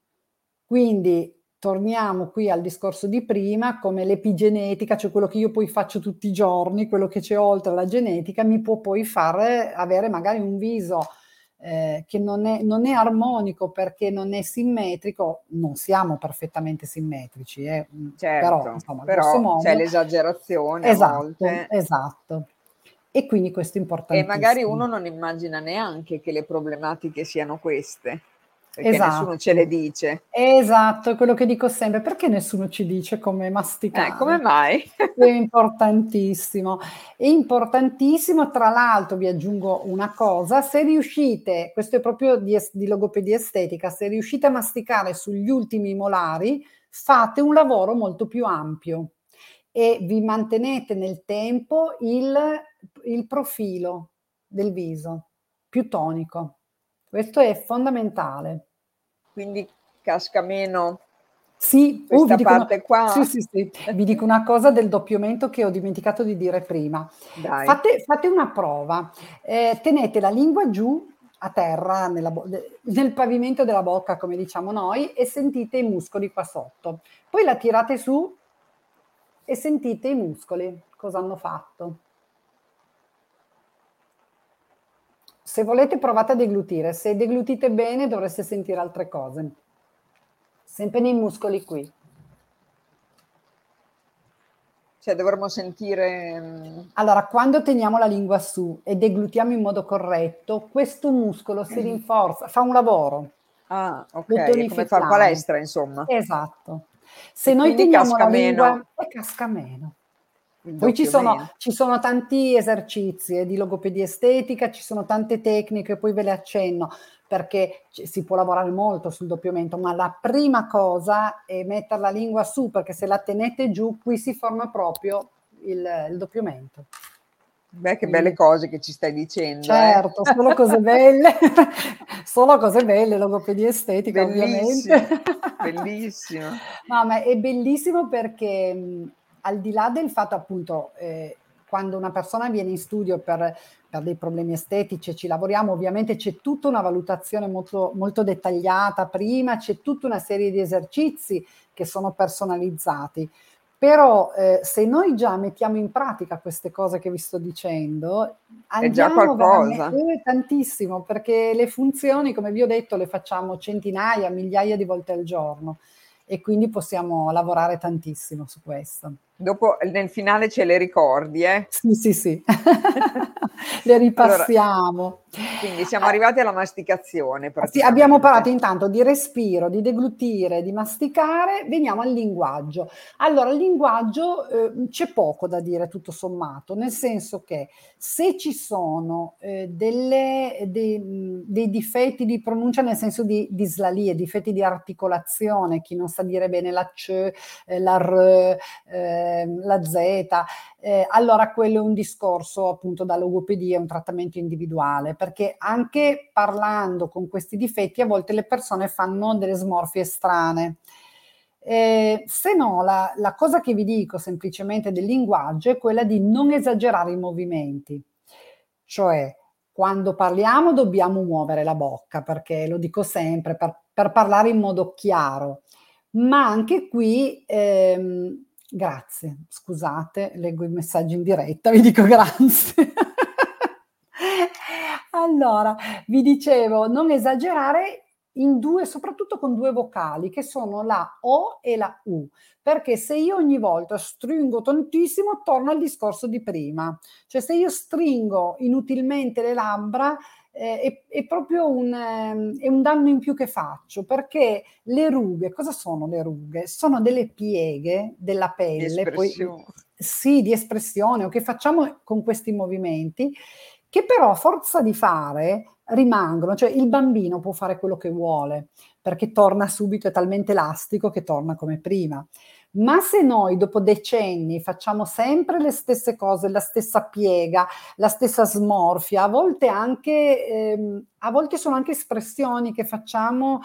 Quindi torniamo qui al discorso di prima, come l'epigenetica, cioè quello che io poi faccio tutti i giorni, quello che c'è oltre la genetica, mi può poi far avere magari un viso che non è armonico perché non è simmetrico, non siamo perfettamente simmetrici, però Certo, insomma, grosso però c'è modo, l'esagerazione a esatto, volte esatto. E quindi questo è e magari importantissimo. uno non immagina neanche che le problematiche siano queste. perché nessuno ce le Esatto, dice. esatto, è quello che dico sempre: perché nessuno ci dice come Come masticare? mai? È importantissimo. È importantissimo, tra l'altro vi aggiungo una cosa, se riuscite, questo è proprio di logopedia estetica, se riuscite a masticare sugli ultimi molari, fate un lavoro molto più ampio e vi mantenete nel tempo il profilo del viso più tonico. Questo è fondamentale. Quindi casca meno Sì, questa vi dico parte sì, qua? sì, sì, vi dico una cosa del doppiamento che ho dimenticato di dire prima. Dai. Fate una prova, tenete la lingua giù a terra nel pavimento della bocca, come diciamo noi, e sentite i muscoli qua sotto. Poi la tirate su e sentite i muscoli cosa hanno fatto. Se volete provate a deglutire, se deglutite bene dovreste sentire altre cose. Sempre nei muscoli qui. Cioè dovremmo sentire... Allora, quando teniamo la lingua su e deglutiamo in modo corretto, questo muscolo si rinforza, fa un lavoro, Ah, ok, lo è come far tonifichiamo. palestra, insomma. Esatto. Se E noi quindi teniamo casca la lingua, meno casca meno. il Poi doppiamento. ci sono tanti esercizi di logopedia estetica, ci sono tante tecniche, poi ve le accenno, perché si può lavorare molto sul doppiamento, ma la prima cosa è mettere la lingua su, perché se la tenete giù, qui si forma proprio il doppiamento. Beh, che belle Quindi, cose che ci stai dicendo, eh? certo, solo cose belle, solo cose belle, logopedia estetica ovviamente. Bellissimo, bellissimo. No, ma è bellissimo perché al di là del fatto appunto, quando una persona viene in studio per dei problemi estetici e ci lavoriamo, ovviamente c'è tutta una valutazione molto, molto dettagliata prima, c'è tutta una serie di esercizi che sono personalizzati. Però se noi già mettiamo in pratica queste cose che vi sto dicendo, È già andiamo qualcosa. veramente tantissimo, perché le funzioni, come vi ho detto, le facciamo centinaia, migliaia di volte al giorno e quindi possiamo lavorare tantissimo su questo. Dopo, nel finale ce le ricordi, eh? Sì, sì, sì. Le Allora, ripassiamo. quindi siamo arrivati alla masticazione Sì, abbiamo praticamente. parlato intanto di respiro, di deglutire, di masticare, veniamo al linguaggio. Allora, il linguaggio c'è poco da dire tutto sommato, nel senso che se ci sono dei difetti di pronuncia, nel senso di dislalie, difetti di articolazione, chi non sa dire bene la c, la r, la z, allora quello è un discorso appunto da logopedia, un trattamento individuale, perché anche parlando con questi difetti a volte le persone fanno delle smorfie strane. Se no, la cosa che vi dico semplicemente del linguaggio è quella di non esagerare i movimenti, cioè quando parliamo dobbiamo muovere la bocca, perché lo dico sempre, per parlare in modo chiaro, ma anche qui, grazie, scusate, leggo i messaggi in diretta, vi dico grazie. Allora, vi dicevo, non esagerare in due, soprattutto con due vocali, che sono la O e la U, perché se io ogni volta stringo tantissimo, torno al discorso di prima. Cioè se io stringo inutilmente le labbra, è proprio è un danno in più che faccio, perché le rughe, cosa sono le rughe? Sono delle pieghe della Di pelle, poi espressione. sì, di espressione o che facciamo con questi movimenti, che però a forza di fare rimangono, cioè il bambino può fare quello che vuole, perché torna subito, è talmente elastico che torna come prima. Ma se noi dopo decenni facciamo sempre le stesse cose, la stessa piega, la stessa smorfia, a volte sono anche espressioni che facciamo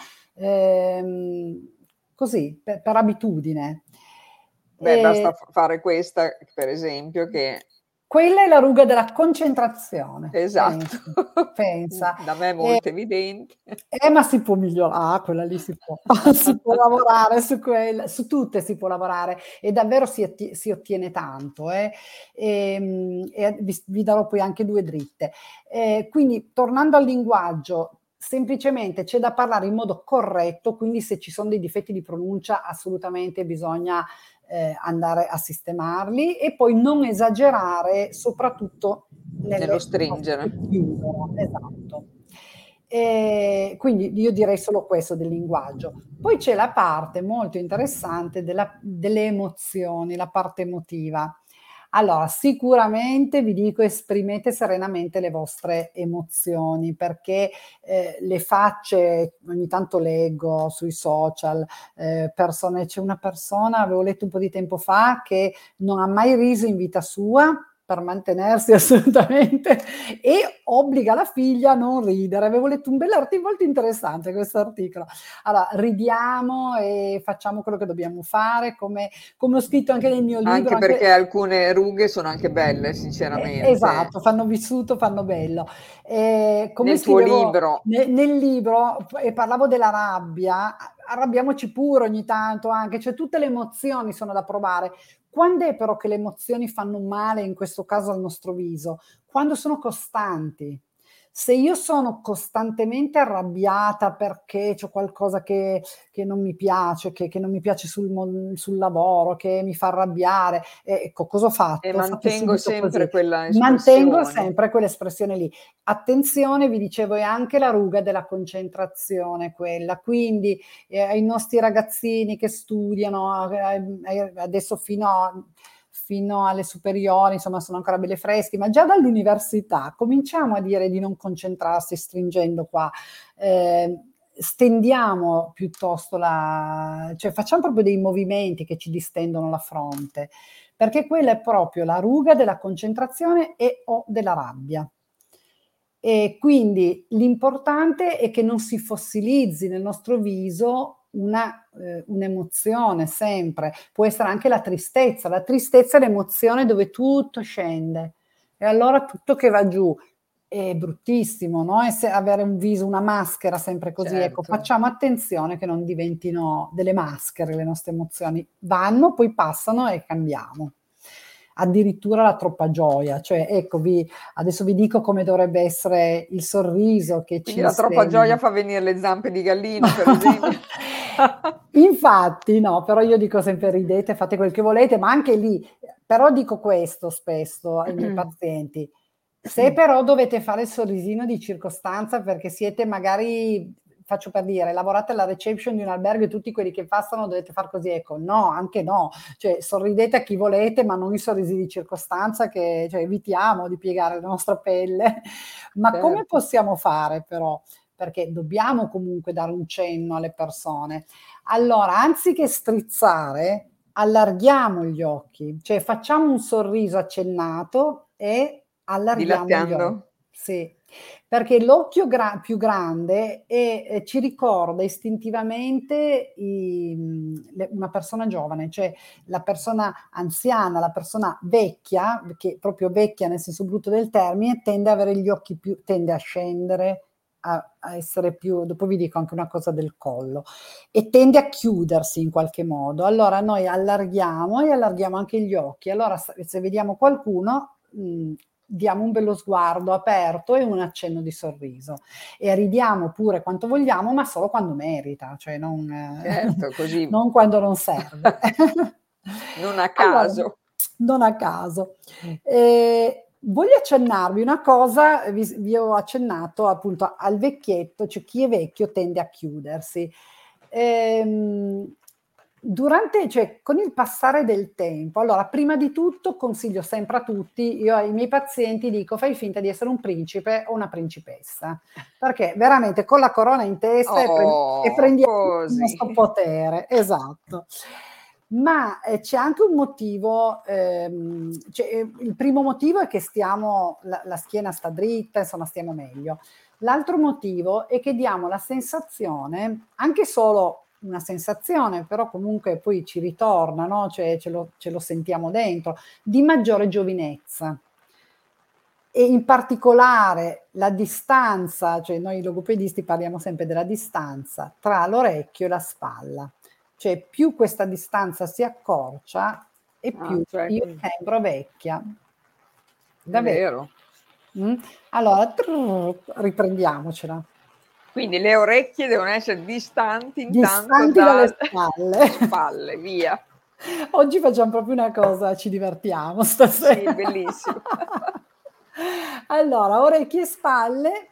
così, per abitudine. Beh, basta E fare questa, per esempio, che... quella è la ruga della concentrazione, Esatto. pensa, pensa. Da me è E molto evidente. ma si può migliorare, quella lì si può, si può lavorare su quella, su tutte si può lavorare e davvero si ottiene tanto. E vi darò poi anche due dritte. Quindi, tornando al linguaggio, semplicemente c'è da parlare in modo corretto, quindi se ci sono dei difetti di pronuncia assolutamente bisogna andare a sistemarli e poi non esagerare, soprattutto Nello nelle cose che stringere. chiudono. Esatto. Quindi io direi solo questo del linguaggio. Poi c'è la parte molto interessante delle emozioni, la parte emotiva. Allora, sicuramente vi dico, esprimete serenamente le vostre emozioni, perché le facce, ogni tanto leggo sui social, c'è una persona, avevo letto un po' di tempo fa, che non ha mai riso in vita sua per mantenersi assolutamente, e obbliga la figlia a non ridere. Avevo letto un bell'articolo, molto interessante questo articolo. Allora, ridiamo e facciamo quello che dobbiamo fare, come ho scritto anche nel mio libro. Anche perché alcune rughe sono anche belle, sinceramente. Esatto, fanno vissuto, fanno bello. Come Nel tuo scrivevo libro, nel libro, e parlavo della rabbia, arrabbiamoci pure ogni tanto anche, cioè tutte le emozioni sono da provare. Quando è però che le emozioni fanno male, in questo caso al nostro viso? Quando sono costanti. Se io sono costantemente arrabbiata perché c'è qualcosa che non mi piace, che non mi piace sul lavoro, che mi fa arrabbiare, ecco, cosa ho e fatto? Ho fatto mantengo subito sempre così. quella Mantengo espressione. sempre quell'espressione lì. Attenzione, vi dicevo, è anche la ruga della concentrazione quella, quindi ai nostri ragazzini che studiano, adesso fino alle superiori, insomma, sono ancora belle freschi, ma già dall'università cominciamo a dire di non concentrarsi stringendo qua. Stendiamo piuttosto cioè facciamo proprio dei movimenti che ci distendono la fronte, perché quella è proprio la ruga della concentrazione e o della rabbia. E quindi l'importante è che non si fossilizzi nel nostro viso un'emozione sempre. Può essere anche la tristezza. La tristezza è l'emozione dove tutto scende e allora tutto che va giù è bruttissimo, no? E avere un viso, una maschera sempre così, ecco, Certo. facciamo attenzione che non diventino delle maschere le nostre emozioni. Vanno, poi passano e cambiamo. Addirittura la troppa gioia, cioè ecco, adesso vi dico come dovrebbe essere il sorriso che Quindi ci la troppa gioia insegna. fa venire le zampe di gallina, per esempio. Infatti, no, però io dico sempre ridete, fate quel che volete, ma anche lì, però dico questo spesso ai miei pazienti, se però dovete fare il sorrisino di circostanza perché siete magari, faccio per dire, lavorate alla reception di un albergo e tutti quelli che passano dovete far così, ecco, no, anche no, cioè sorridete a chi volete, ma non i sorrisi di circostanza che, cioè, evitiamo di piegare la nostra pelle. Ma come Certo. possiamo fare però? Perché dobbiamo comunque dare un cenno alle persone. Allora, anziché strizzare, allarghiamo gli occhi, cioè facciamo un sorriso accennato e allarghiamo gli occhi. Dilatteando? Sì, perché l'occhio più grande ci ricorda istintivamente una persona giovane, cioè la persona anziana, la persona vecchia, che proprio vecchia nel senso brutto del termine, tende ad avere gli occhi tende a scendere, a essere più, dopo vi dico anche una cosa del collo, e tende a chiudersi in qualche modo. Allora noi allarghiamo e allarghiamo anche gli occhi. Allora se vediamo qualcuno, diamo un bello sguardo aperto e un accenno di sorriso. E ridiamo pure quanto vogliamo, ma solo quando merita, cioè Certo, così. non quando non serve. Non a Allora, caso. non a caso. Voglio accennarvi una cosa, vi ho accennato appunto al vecchietto, cioè chi è vecchio tende a chiudersi. Cioè, con il passare del tempo, allora prima di tutto consiglio sempre a tutti, io ai miei pazienti dico fai finta di essere un principe o una principessa, perché veramente con la corona in testa e Oh, prendiamo il così. nostro potere, esatto. Ma c'è anche un motivo, cioè, il primo motivo è che la schiena sta dritta, insomma stiamo meglio. L'altro motivo è che diamo la sensazione, anche solo una sensazione, però comunque poi ci ritorna, no? Cioè ce lo sentiamo dentro, di maggiore giovinezza. E in particolare la distanza, cioè noi logopedisti parliamo sempre della distanza tra l'orecchio e la spalla. Cioè più questa distanza si accorcia e Ah, più cioè, io sembro vecchia. è Davvero. vero. Allora, riprendiamocela. Quindi le orecchie devono essere distanti intanto Distanti dalle dalle spalle. spalle, via. Oggi facciamo proprio una cosa, ci divertiamo Sì, stasera. bellissimo. Allora, orecchie e spalle,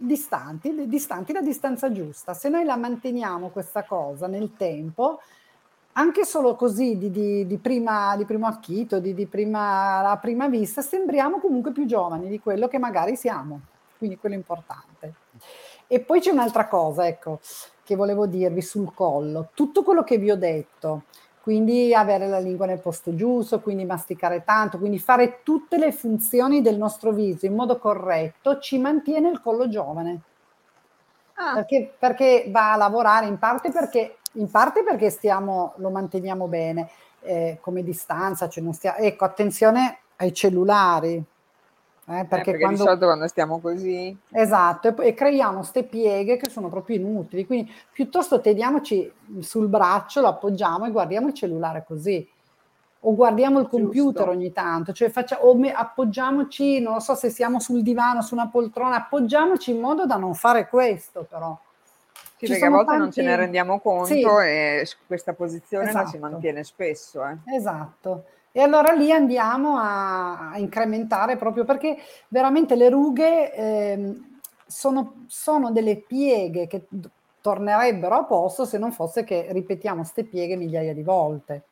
distanti la distanza giusta. Se noi la manteniamo questa cosa nel tempo, anche solo così di primo acchito, a prima vista, sembriamo comunque più giovani di quello che magari siamo. Quindi quello è importante. E poi c'è un'altra cosa, ecco, che volevo dirvi sul collo. Tutto quello che vi ho detto, quindi avere la lingua nel posto giusto, quindi masticare tanto, quindi fare tutte le funzioni del nostro viso in modo corretto, ci mantiene il collo giovane. Ah, Perché va a lavorare in parte perché lo manteniamo bene come distanza, cioè non stia, ecco, attenzione ai cellulari, perché perché di quando solito quando stiamo così... esatto, e creiamo ste pieghe che sono proprio inutili, quindi piuttosto teniamoci sul braccio, lo appoggiamo e guardiamo il cellulare così, o guardiamo il computer Giusto. ogni tanto, cioè appoggiamoci, non lo so se siamo sul divano, su una poltrona, appoggiamoci in modo da non fare questo però. Sì, Ci perché a sono volte non ce ne tanti... rendiamo conto Sì, e questa posizione la si esatto. mantiene spesso, eh. Esatto. E allora lì andiamo a incrementare proprio perché veramente le rughe sono delle pieghe che tornerebbero a posto se non fosse che ripetiamo ste pieghe migliaia di volte.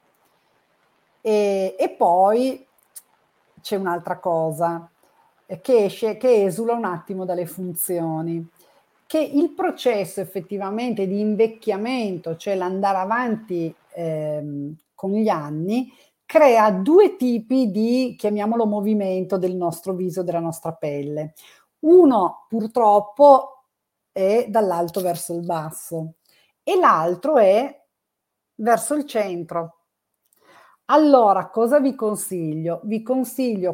E poi c'è un'altra cosa che esula un attimo dalle funzioni, che il processo effettivamente di invecchiamento, cioè l'andare avanti con gli anni, crea due tipi di, chiamiamolo, movimento del nostro viso, della nostra pelle. Uno purtroppo è dall'alto verso il basso e l'altro è verso il centro. Allora, cosa vi consiglio? Vi consiglio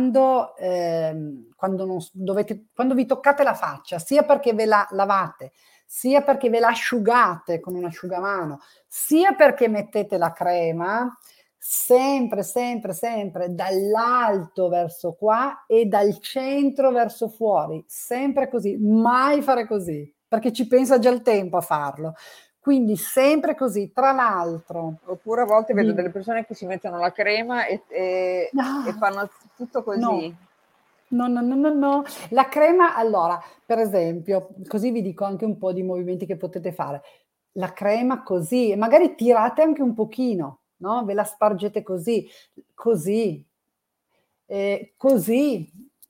quando vi toccate la faccia, sia perché ve la lavate, sia perché ve la asciugate con un asciugamano, sia perché mettete la crema, sempre, sempre, sempre dall'alto verso qua e dal centro verso fuori, sempre così, mai fare così, perché ci pensa già il tempo a farlo. Quindi sempre così, tra l'altro, Oppure a volte vedo delle dimmi. persone che si mettono la crema e Ah, fanno tutto no, così. no, no, no, no, no. La crema, allora, per esempio, così vi dico anche un po' di movimenti che potete fare. La crema così, e magari tirate anche un pochino, no? Ve la spargete così, così, così.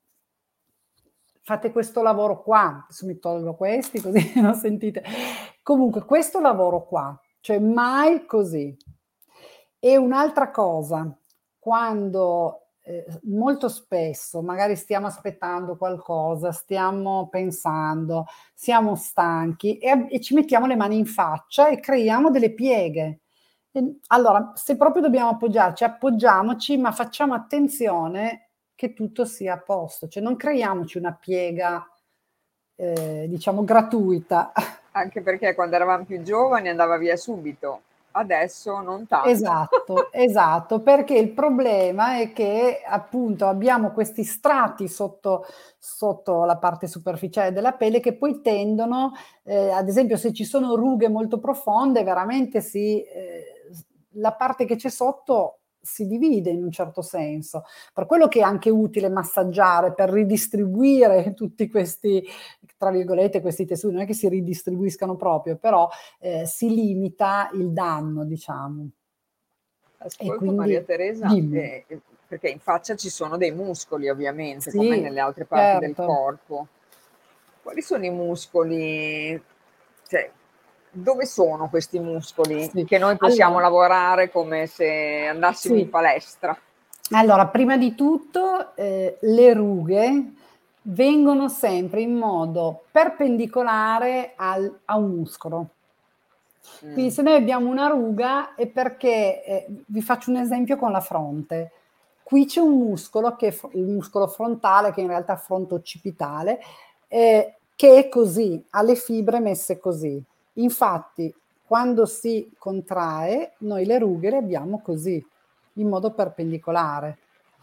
Fate questo lavoro qua, adesso mi tolgo questi così non sentite. Comunque, questo lavoro qua, cioè mai così. E un'altra cosa, quando molto spesso magari stiamo aspettando qualcosa, stiamo pensando, siamo stanchi e ci mettiamo le mani in faccia e creiamo delle pieghe. Allora, se proprio dobbiamo appoggiarci, appoggiamoci, ma facciamo attenzione che tutto sia a posto, cioè non creiamoci una piega, diciamo, gratuita. Anche perché quando eravamo più giovani andava via subito, adesso non tanto. Esatto, esatto, perché il problema è che appunto abbiamo questi strati sotto la parte superficiale della pelle che poi tendono, ad esempio se ci sono rughe molto profonde, veramente la parte che c'è sotto si divide in un certo senso. Per quello che è anche utile massaggiare per ridistribuire tutti questi, tra virgolette, questi tessuti, non è che si ridistribuiscano proprio, però si limita il danno, diciamo. E Ascolta Maria quindi Teresa, dimmi. perché in faccia ci sono dei muscoli ovviamente, come Sì, nelle altre parti del certo. corpo. Quali sono i muscoli? Cioè, dove sono questi muscoli Sì. che noi possiamo Allora, lavorare come se andassimo in sì. palestra? Allora, prima di tutto, le rughe vengono sempre in modo perpendicolare a un muscolo. Quindi Mm. se noi abbiamo una ruga è perché, vi faccio un esempio con la fronte. Qui c'è un muscolo che è il muscolo frontale, che in realtà è fronto-occipitale, che è così, ha le fibre messe così. Infatti, quando si contrae, noi le rughe le abbiamo così, in modo perpendicolare.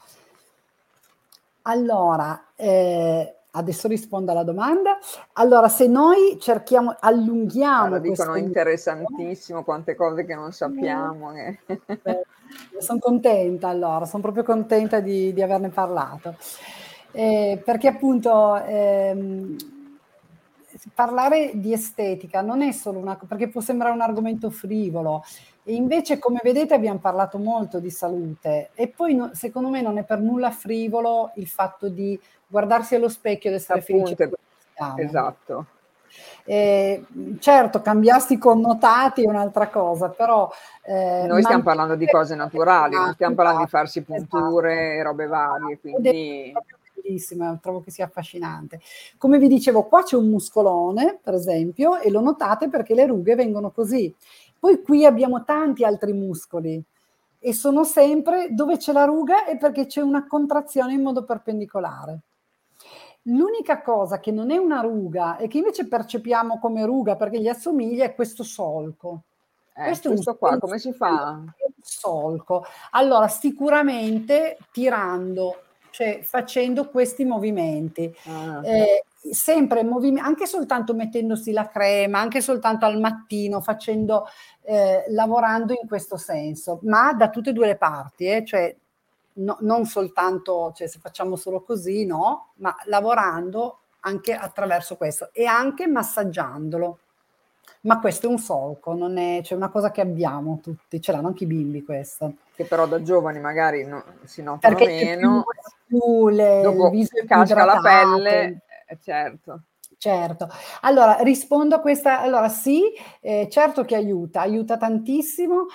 Allora, adesso rispondo alla domanda. Allora, se noi cerchiamo, Guarda, allunghiamo dicono questo muscolo, interessantissimo, quante cose che non sappiamo. sono contenta allora, sono proprio contenta di averne parlato. Perché appunto parlare di estetica non è solo perché può sembrare un argomento frivolo, e invece, come vedete, abbiamo parlato molto di salute, e poi secondo me non è per nulla frivolo il fatto di guardarsi allo specchio ed essere felici di Appunto, quello che siamo. esatto. Certo, cambiarsi i connotati è un'altra cosa, però Noi stiamo parlando di cose naturali, non stiamo parlando di farsi esatto, punture e robe varie, ed è quindi proprio bellissima, trovo che sia affascinante. Come vi dicevo, qua c'è un muscolone, per esempio, e lo notate perché le rughe vengono così. Poi qui abbiamo tanti altri muscoli e sono sempre dove c'è la ruga è perché c'è una contrazione in modo perpendicolare. L'unica cosa che non è una ruga e che invece percepiamo come ruga perché gli assomiglia è questo solco. Questo questo qua come si fa? è un solco. Allora, sicuramente tirando, cioè facendo questi movimenti. Ah, Sempre anche soltanto mettendosi la crema, anche soltanto al mattino, lavorando in questo senso, ma da tutte e due le parti, cioè non soltanto, cioè se facciamo solo così, no, ma lavorando anche attraverso questo e anche massaggiandolo. Ma questo è un solco, non è, cioè una cosa che abbiamo tutti, ce l'hanno anche i bimbi questo. che però da giovani magari si notano Perché c'è meno, il dopo viso è più casca la idratato. pelle, certo. Certo. Allora, rispondo a questa. Allora, sì, certo che aiuta tantissimo,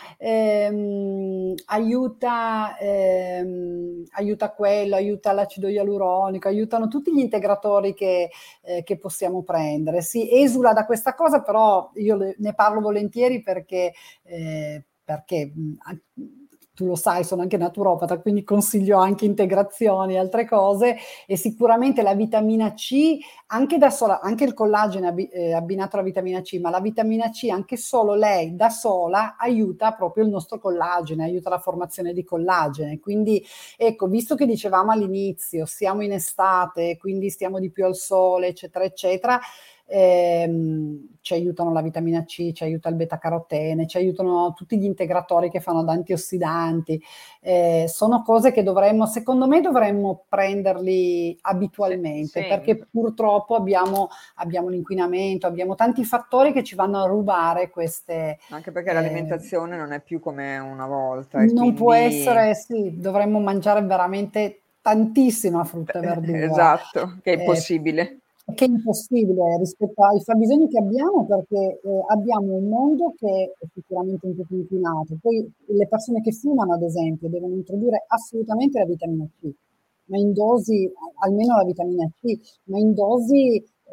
aiuta quello, aiuta l'acido ialuronico, aiutano tutti gli integratori che possiamo prendere. Sì, esula da questa cosa, però io ne parlo volentieri perché tu lo sai, sono anche naturopata, quindi consiglio anche integrazioni e altre cose, e sicuramente la vitamina C anche da sola, anche il collagene abbinato alla vitamina C, ma la vitamina C anche solo lei da sola aiuta proprio il nostro collagene, aiuta la formazione di collagene. Quindi ecco, visto che dicevamo all'inizio, siamo in estate, quindi stiamo di più al sole, eccetera, eccetera, ci aiutano la vitamina C, ci aiuta il beta-carotene, ci aiutano tutti gli integratori che fanno da antiossidanti. Sono cose che secondo me dovremmo prenderli abitualmente, Sì, perché purtroppo abbiamo l'inquinamento, abbiamo tanti fattori che ci vanno a rubare queste. anche perché l'alimentazione non è più come una volta e Non può quindi essere, sì, dovremmo mangiare veramente tantissima frutta e verdura, esatto, che è eh, impossibile. che è impossibile rispetto ai fabbisogni che abbiamo, perché abbiamo un mondo che è sicuramente un po' più inquinato. Poi le persone che fumano, ad esempio, devono introdurre assolutamente la vitamina C, ma in dosi, almeno la vitamina C, ma in dosi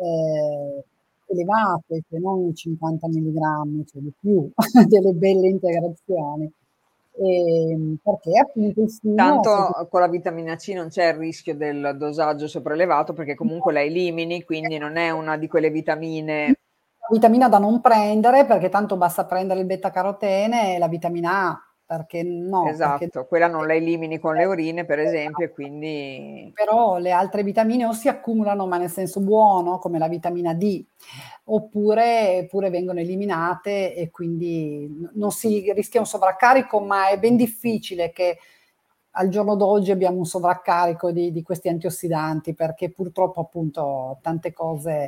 elevate, cioè non 50 milligrammi, cioè di più, delle belle integrazioni. Perché appunto il fumo, Tanto con la vitamina C non c'è il rischio del dosaggio sopraelevato perché comunque la elimini, quindi non è una di quelle vitamine. vitamina da non prendere, perché tanto basta prendere il beta carotene e la vitamina A, perché no, perché Esatto, quella non la elimini con le urine per esempio e quindi però le altre vitamine o si accumulano, ma nel senso buono, come la vitamina D, oppure vengono eliminate e quindi non si rischia un sovraccarico, ma è ben difficile che al giorno d'oggi abbiamo un sovraccarico di questi antiossidanti, perché purtroppo appunto tante cose,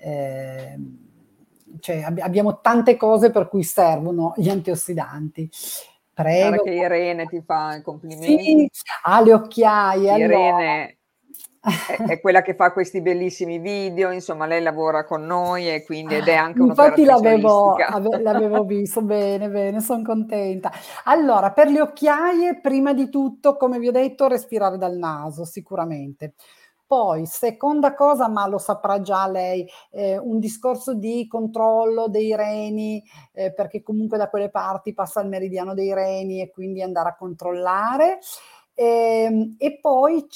cioè abbiamo tante cose per cui servono gli antiossidanti. guarda Prego. che Irene ti fa i complimenti. Sì, ha le occhiaie, allora. Irene è quella che fa questi bellissimi video, insomma lei lavora con noi e quindi ed è anche Infatti un'operatrice olistica. l'avevo visto, bene, bene, son contenta. Allora, per le occhiaie, prima di tutto, come vi ho detto, respirare dal naso, sicuramente. Poi, seconda cosa, ma lo saprà già lei, un discorso di controllo dei reni, perché comunque da quelle parti passa il meridiano dei reni e quindi andare a controllare. E poi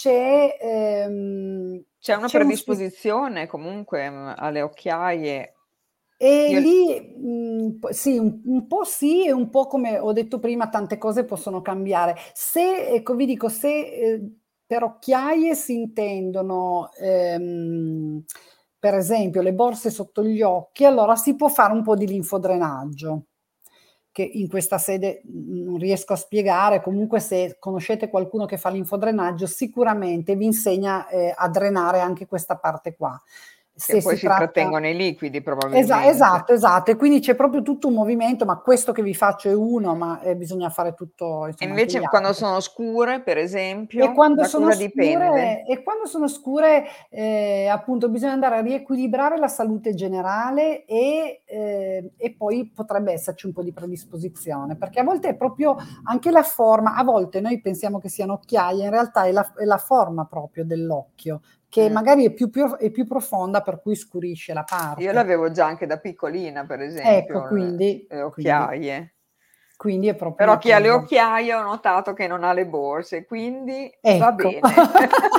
C'è una c'è un predisposizione comunque alle occhiaie. e Io lì, sì, un po' sì e un po' come ho detto prima, tante cose possono cambiare. Se, ecco, vi dico, se per occhiaie si intendono, per esempio, le borse sotto gli occhi, allora si può fare un po' di linfodrenaggio, che in questa sede non riesco a spiegare. Comunque, se conoscete qualcuno che fa linfodrenaggio, sicuramente vi insegna a drenare anche questa parte qua. Che se poi si si tratta trattengono i liquidi probabilmente. esatto, esatto, e quindi c'è proprio tutto un movimento, ma questo che vi faccio è uno, ma bisogna fare tutto, E insomma, anche gli invece quando altri. sono scure, per esempio, da cosa dipende? E quando sono scure, appunto bisogna andare a riequilibrare la salute generale e poi potrebbe esserci un po' di predisposizione, perché a volte è proprio anche la forma, a volte noi pensiamo che siano occhiaie, in realtà è la forma proprio dell'occhio, che Mh. magari è più profonda, per cui scurisce la Io parte. l'avevo già anche da piccolina, per Ecco, esempio, le quindi occhiaie. quindi è proprio Però una chi ha le cosa, occhiaie ho notato che non ha le borse, quindi va ecco. bene.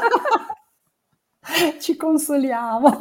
Ci consoliamo.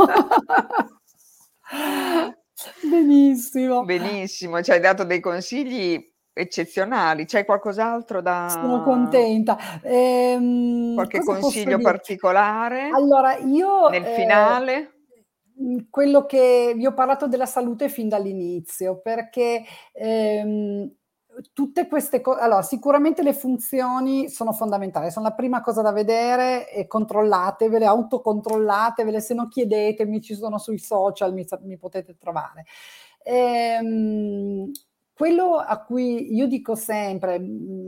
Benissimo. Benissimo, ci hai dato dei consigli eccezionali. C'hai qualcos'altro Sono da contenta. qualche Cosa posso consiglio dirti? particolare Allora io, nel finale? quello che vi ho parlato della salute fin dall'inizio, perché, tutte queste allora sicuramente le funzioni sono fondamentali, son la prima cosa da vedere e controllatevele, autocontrollatevele, se no chiedetemi, ci sono sui social, mi potete trovare. Ehm, quello a cui io dico sempre,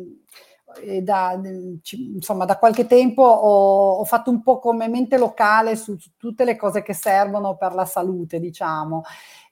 insomma, da qualche tempo ho fatto un po' come mente locale su tutte le cose che servono per la salute, diciamo.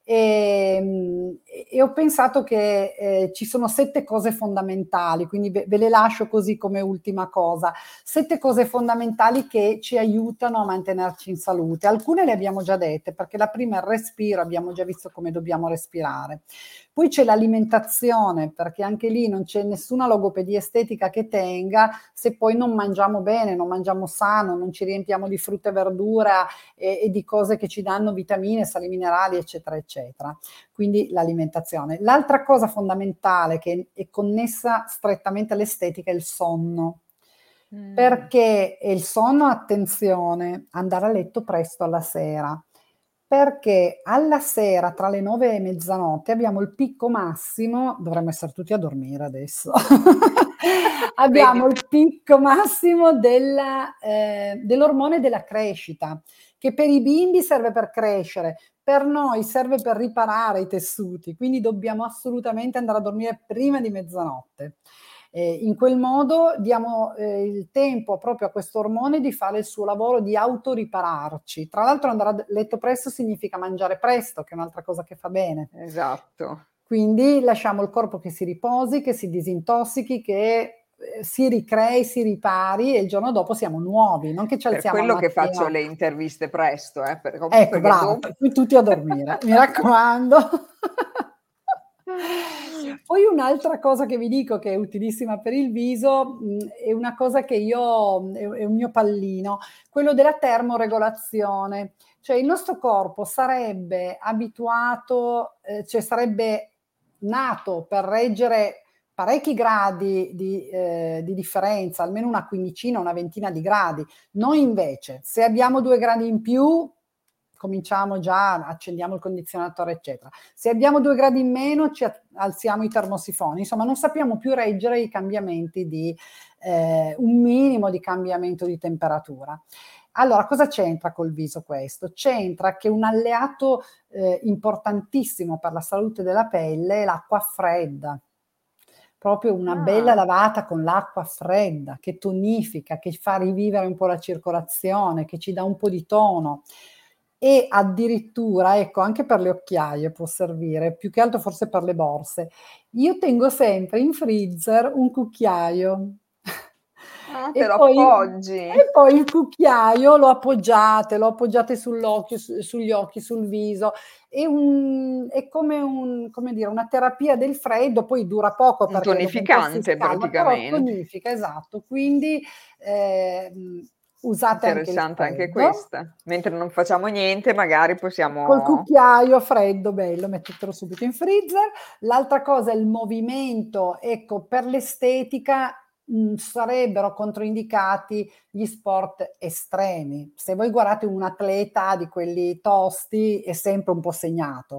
E ho pensato che ci sono 7 cose fondamentali, quindi ve le lascio così come ultima cosa. 7 cose fondamentali che ci aiutano a mantenerci in salute. Alcune le abbiamo già dette, perché la prima è il respiro, abbiamo già visto come dobbiamo respirare. Poi c'è l'alimentazione, perché anche lì non c'è nessuna logopedia estetica che tenga se poi non mangiamo bene, non mangiamo sano, non ci riempiamo di frutta e verdura e di cose che ci danno vitamine, sali minerali, eccetera, eccetera. Quindi l'alimentazione. L'altra cosa fondamentale che è connessa strettamente all'estetica è il sonno. Mh. Perché il sonno, attenzione, andare a letto presto alla sera, perché alla sera tra le 9 e mezzanotte abbiamo il picco massimo, dovremmo essere tutti a dormire adesso, Vedi? abbiamo il picco massimo dell'ormone della crescita, che per i bimbi serve per crescere, per noi serve per riparare i tessuti, quindi dobbiamo assolutamente andare a dormire prima di mezzanotte. In quel modo diamo il tempo proprio a questo ormone di fare il suo lavoro di autoripararci. Tra l'altro andare a letto presto significa mangiare presto, che è un'altra cosa che fa bene. Esatto. Quindi lasciamo il corpo che si riposi, che si disintossichi, che si ricrei, si ripari e il giorno dopo siamo nuovi, non che ci Per alziamo al quello che faccio mattino. le interviste presto, Ecco, perché brava, dopo per cui tutti a dormire, mi raccomando. Poi un'altra cosa che vi dico che è utilissima per il viso, è una cosa che io è un mio pallino, quello della termoregolazione. Cioè il nostro corpo sarebbe abituato, cioè sarebbe nato per reggere parecchi gradi di differenza, almeno una quindicina, una ventina di gradi. Noi invece, se abbiamo 2 gradi in più, cominciamo già, accendiamo il condizionatore, eccetera. Se abbiamo 2 gradi in meno, alziamo i termosifoni. Insomma, non sappiamo più reggere i cambiamenti di un minimo di cambiamento di temperatura. Allora, cosa c'entra col viso questo? C'entra che un alleato importantissimo per la salute della pelle è l'acqua fredda. Proprio una bella ah, lavata con l'acqua fredda che tonifica, che fa rivivere un po' la circolazione, che ci dà un po' di tono. E addirittura, ecco, anche per le occhiaie può servire, più che altro forse per le borse. Io tengo sempre in freezer un cucchiaio te e lo poi appoggi. il cucchiaio lo appoggiate sull'occhio, sugli occhi, sul viso. È come come dire, una terapia del freddo, poi dura poco Un perché dopo un po' si tonificante scalda, però praticamente. tonifica, esatto. Quindi, ehm, usate anche il Interessante anche freddo. questa. Mentre non facciamo niente magari Col possiamo cucchiaio freddo, bello, mettetelo subito in freezer. L'altra cosa è il movimento. Ecco, per l'estetica, sarebbero controindicati gli sport estremi. Se voi guardate un atleta di quelli tosti, è sempre un po' segnato.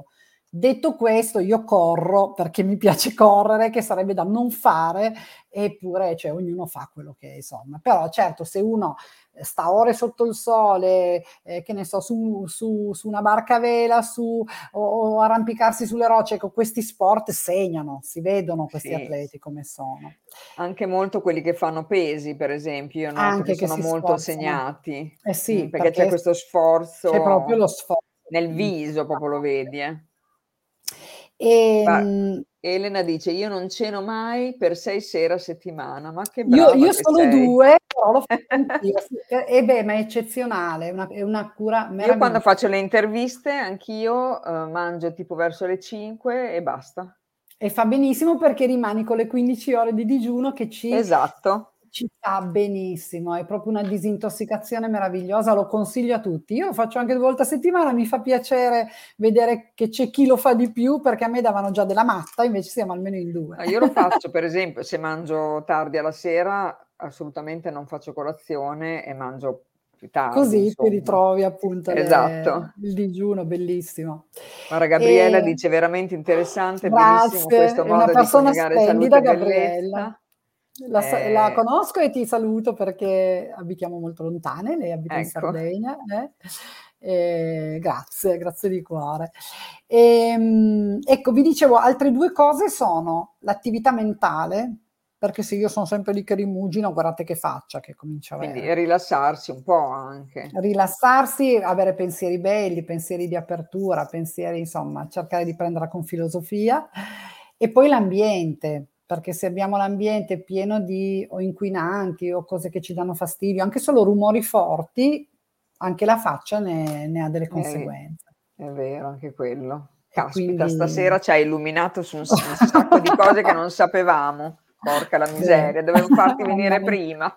Detto questo, io corro perché mi piace correre, che sarebbe da non fare, eppure, cioè, ognuno fa quello che insomma. Però certo, se uno sta ore sotto il sole, che ne so, su una barca a vela, o arrampicarsi sulle rocce, ecco, questi sport segnano, si vedono questi Sì, atleti come sono. anche molto quelli che fanno pesi, per esempio, io noto che Anche che sono si molto sforzano. segnati, Eh sì, perché c'è perché questo c'è proprio lo sforzo sforzo nel viso, proprio lo importante. vedi, eh. Ma Ehm Elena dice: "Io non ceno mai per 6 sere a settimana." Ma che Io brava che solo sei. 2, però lo faccio anch'io, sì. Beh, ma è eccezionale, è una cura Io quando meravigliosa. faccio le interviste anch'io, mangio tipo verso le 5 e basta. E fa benissimo perché rimani con le 15 ore di digiuno che Esatto. ci fa benissimo, è proprio una disintossicazione meravigliosa, lo consiglio a tutti. Io lo faccio anche 2 volte a settimana, mi fa piacere vedere che c'è chi lo fa di più, perché a me davano già della matta, invece siamo almeno in 2. No, io lo faccio per esempio se mangio tardi alla sera, assolutamente non faccio colazione e mangio più tardi, Così ti insomma. ritrovi appunto Esatto. il digiuno, bellissimo. Guarda, Gabriella Ehm dice: "Veramente interessante, bellissimo Grazie, questo è una modo di persona coniugare salute splendida e Gabriella. bellezza." La conosco e ti saluto perché abitiamo molto lontane, lei abita in Ecco. Sardegna, grazie, grazie di cuore. Ecco, vi dicevo, altre 2 cose sono l'attività mentale, perché se io son sempre lì che rimugino, guardate che faccia che comincio a Quindi avere. rilassarsi un po' anche. Rilassarsi, avere pensieri belli, pensieri di apertura, pensieri insomma, cercare di prenderla con filosofia. E poi l'ambiente, perché se abbiamo l'ambiente pieno di o inquinanti o cose che ci danno fastidio, anche solo rumori forti, anche la faccia ne ha delle Eh, conseguenze. è vero anche quello. E Caspita, quindi stasera ci hai illuminato su un sacco di cose che non sapevamo. Porca la bene. miseria, dovevo farti Mamma venire mia. prima.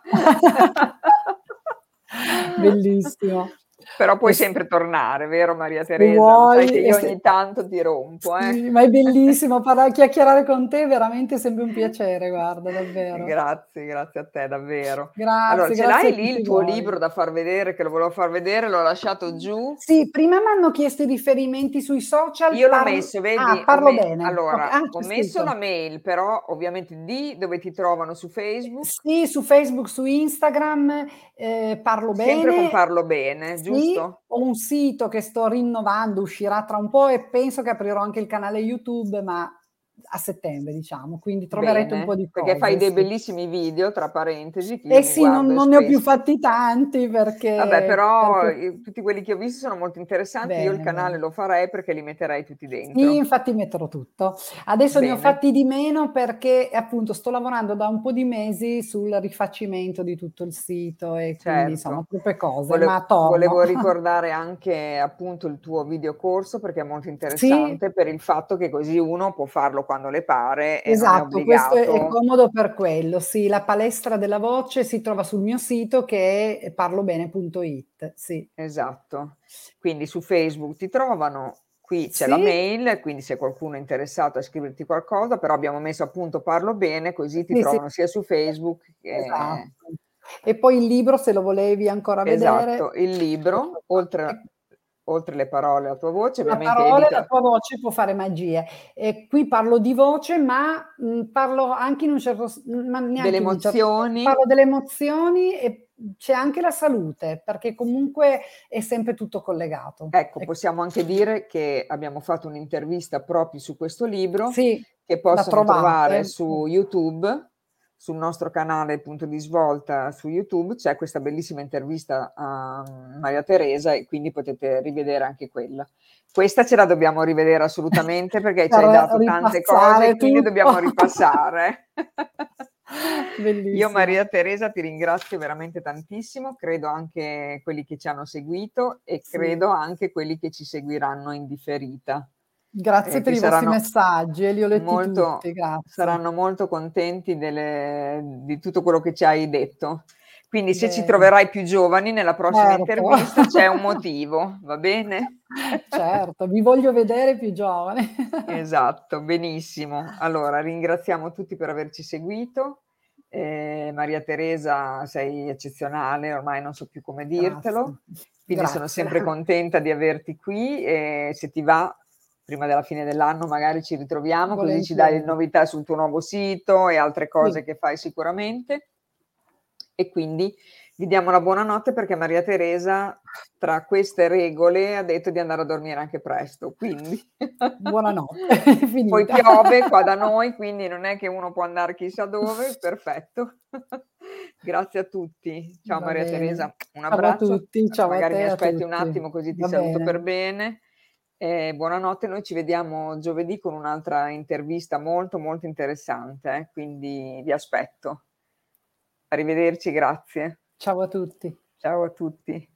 Bellissimo. Però E puoi sempre tornare, vero Maria se Teresa? Lo sai che vuoi e io se ogni tanto ti rompo, sì, ma è bellissimo chiacchierare con te, è veramente sempre un piacere, guarda, davvero. Grazie, grazie a te davvero. Allora, Grazie, ce grazie l'hai a lì il tutti tuo voi. libro da far vedere, che lo volevo far vedere, l'ho lasciato giù. Sì, prima m'hanno chiesto i riferimenti sui social, Io l'ho messo, vedi, parlo bene. ho C'è messo la scritto. mail, però ovviamente di dove ti trovano su Facebook, Sì, su Facebook, su Instagram, parlo sempre con bene. Parlo Bene, Sì, giusto? ho un sito che sto rinnovando, uscirà tra un po' e penso che aprirò anche il canale YouTube, ma a settembre diciamo, quindi troverete un po' Bene, di perché fai cose, dei sì. bellissimi video, tra parentesi, che Eh io mi sì, non guardo non ne ho più spesso. fatti tanti Vabbè, però perché tutti quelli che ho visto sono molto interessanti. Io il bene, canale bene. lo farei perché li metterei tutti Sì, dentro. infatti metterò tutto. Adesso ne ho Bene, fatti di meno perché, appunto, sto lavorando da un po' di mesi sul rifacimento di tutto il sito e quindi insomma certo. troppe cose, ma torno. Volevo ricordare anche appunto il tuo videocorso perché è molto Sì, interessante per il fatto che così uno può farlo quando le pare e non è esatto, questo è obbligato. comodo per quello. Sì, la palestra della voce si trova sul mio sito che è parlobene.it, sì. Esatto. Quindi su Facebook ti trovano, qui c'è la Sì, mail, quindi se qualcuno è interessato a scriverti qualcosa, però abbiamo messo appunto Parlo Bene, così ti sì, sì, trovano sia su Facebook esatto. che E poi il libro se lo volevi ancora vedere, esatto, il libro, ecco qua. E oltre le parole la tua voce, la ovviamente parola e la evita tua voce può fare magie. E qui parlo di voce, ma, parlo anche in un certo ma delle neanche in un certo senso, emozioni. parlo delle emozioni e c'è anche la salute, perché comunque è sempre tutto collegato. Ecco, E possiamo anche dire che abbiamo fatto un'intervista proprio su questo libro, sì, che la possono trovare trovate. su YouTube, sul nostro canale Punto di Svolta su YouTube, c'è questa bellissima intervista a Maria Teresa e quindi potete rivedere anche quella. Questa ce la dobbiamo rivedere assolutamente perché ci Per hai dato tante cose e ripassare quindi tutto. dobbiamo ripassare. Io Bellissimo. Maria Teresa ti ringrazio veramente tantissimo, credo anche quelli che ci hanno seguito e Sì. credo anche quelli che ci seguiranno in differita, Grazie per che i vostri messaggi e li ho letti tutti, grazie. saranno molto contenti di tutto quello che ci hai detto. Quindi se ci Bene, troverai più giovani nella prossima certo. intervista c'è un motivo, va bene? Certo, vi voglio vedere più giovane. Esatto, benissimo. Allora, ringraziamo tutti per averci seguito. Maria Teresa sei eccezionale, ormai non so più come Grazie, dirtelo, quindi sono grazie. sempre contenta di averti qui e se ti va, prima della fine dell'anno magari ci ritroviamo, così ci dai le Volentieri. novità sul tuo nuovo sito e altre cose Sì. che fai sicuramente. E quindi vi diamo la buonanotte perché Maria Teresa, tra queste regole, ha detto di andare a dormire anche presto, quindi Buonanotte, è poi finita. piove qua da noi, quindi non è che uno può andare chissà dove, perfetto. Grazie a tutti. Ciao Va Maria bene. Teresa, un Ciao a abbraccio. tutti, ciao a Magari mi te e a aspetti un tutti. attimo così ti Va saluto per bene. bene. Buonanotte, noi ci vediamo giovedì con un'altra intervista molto molto interessante, quindi vi aspetto. Arrivederci, grazie. Ciao a tutti. Ciao a tutti.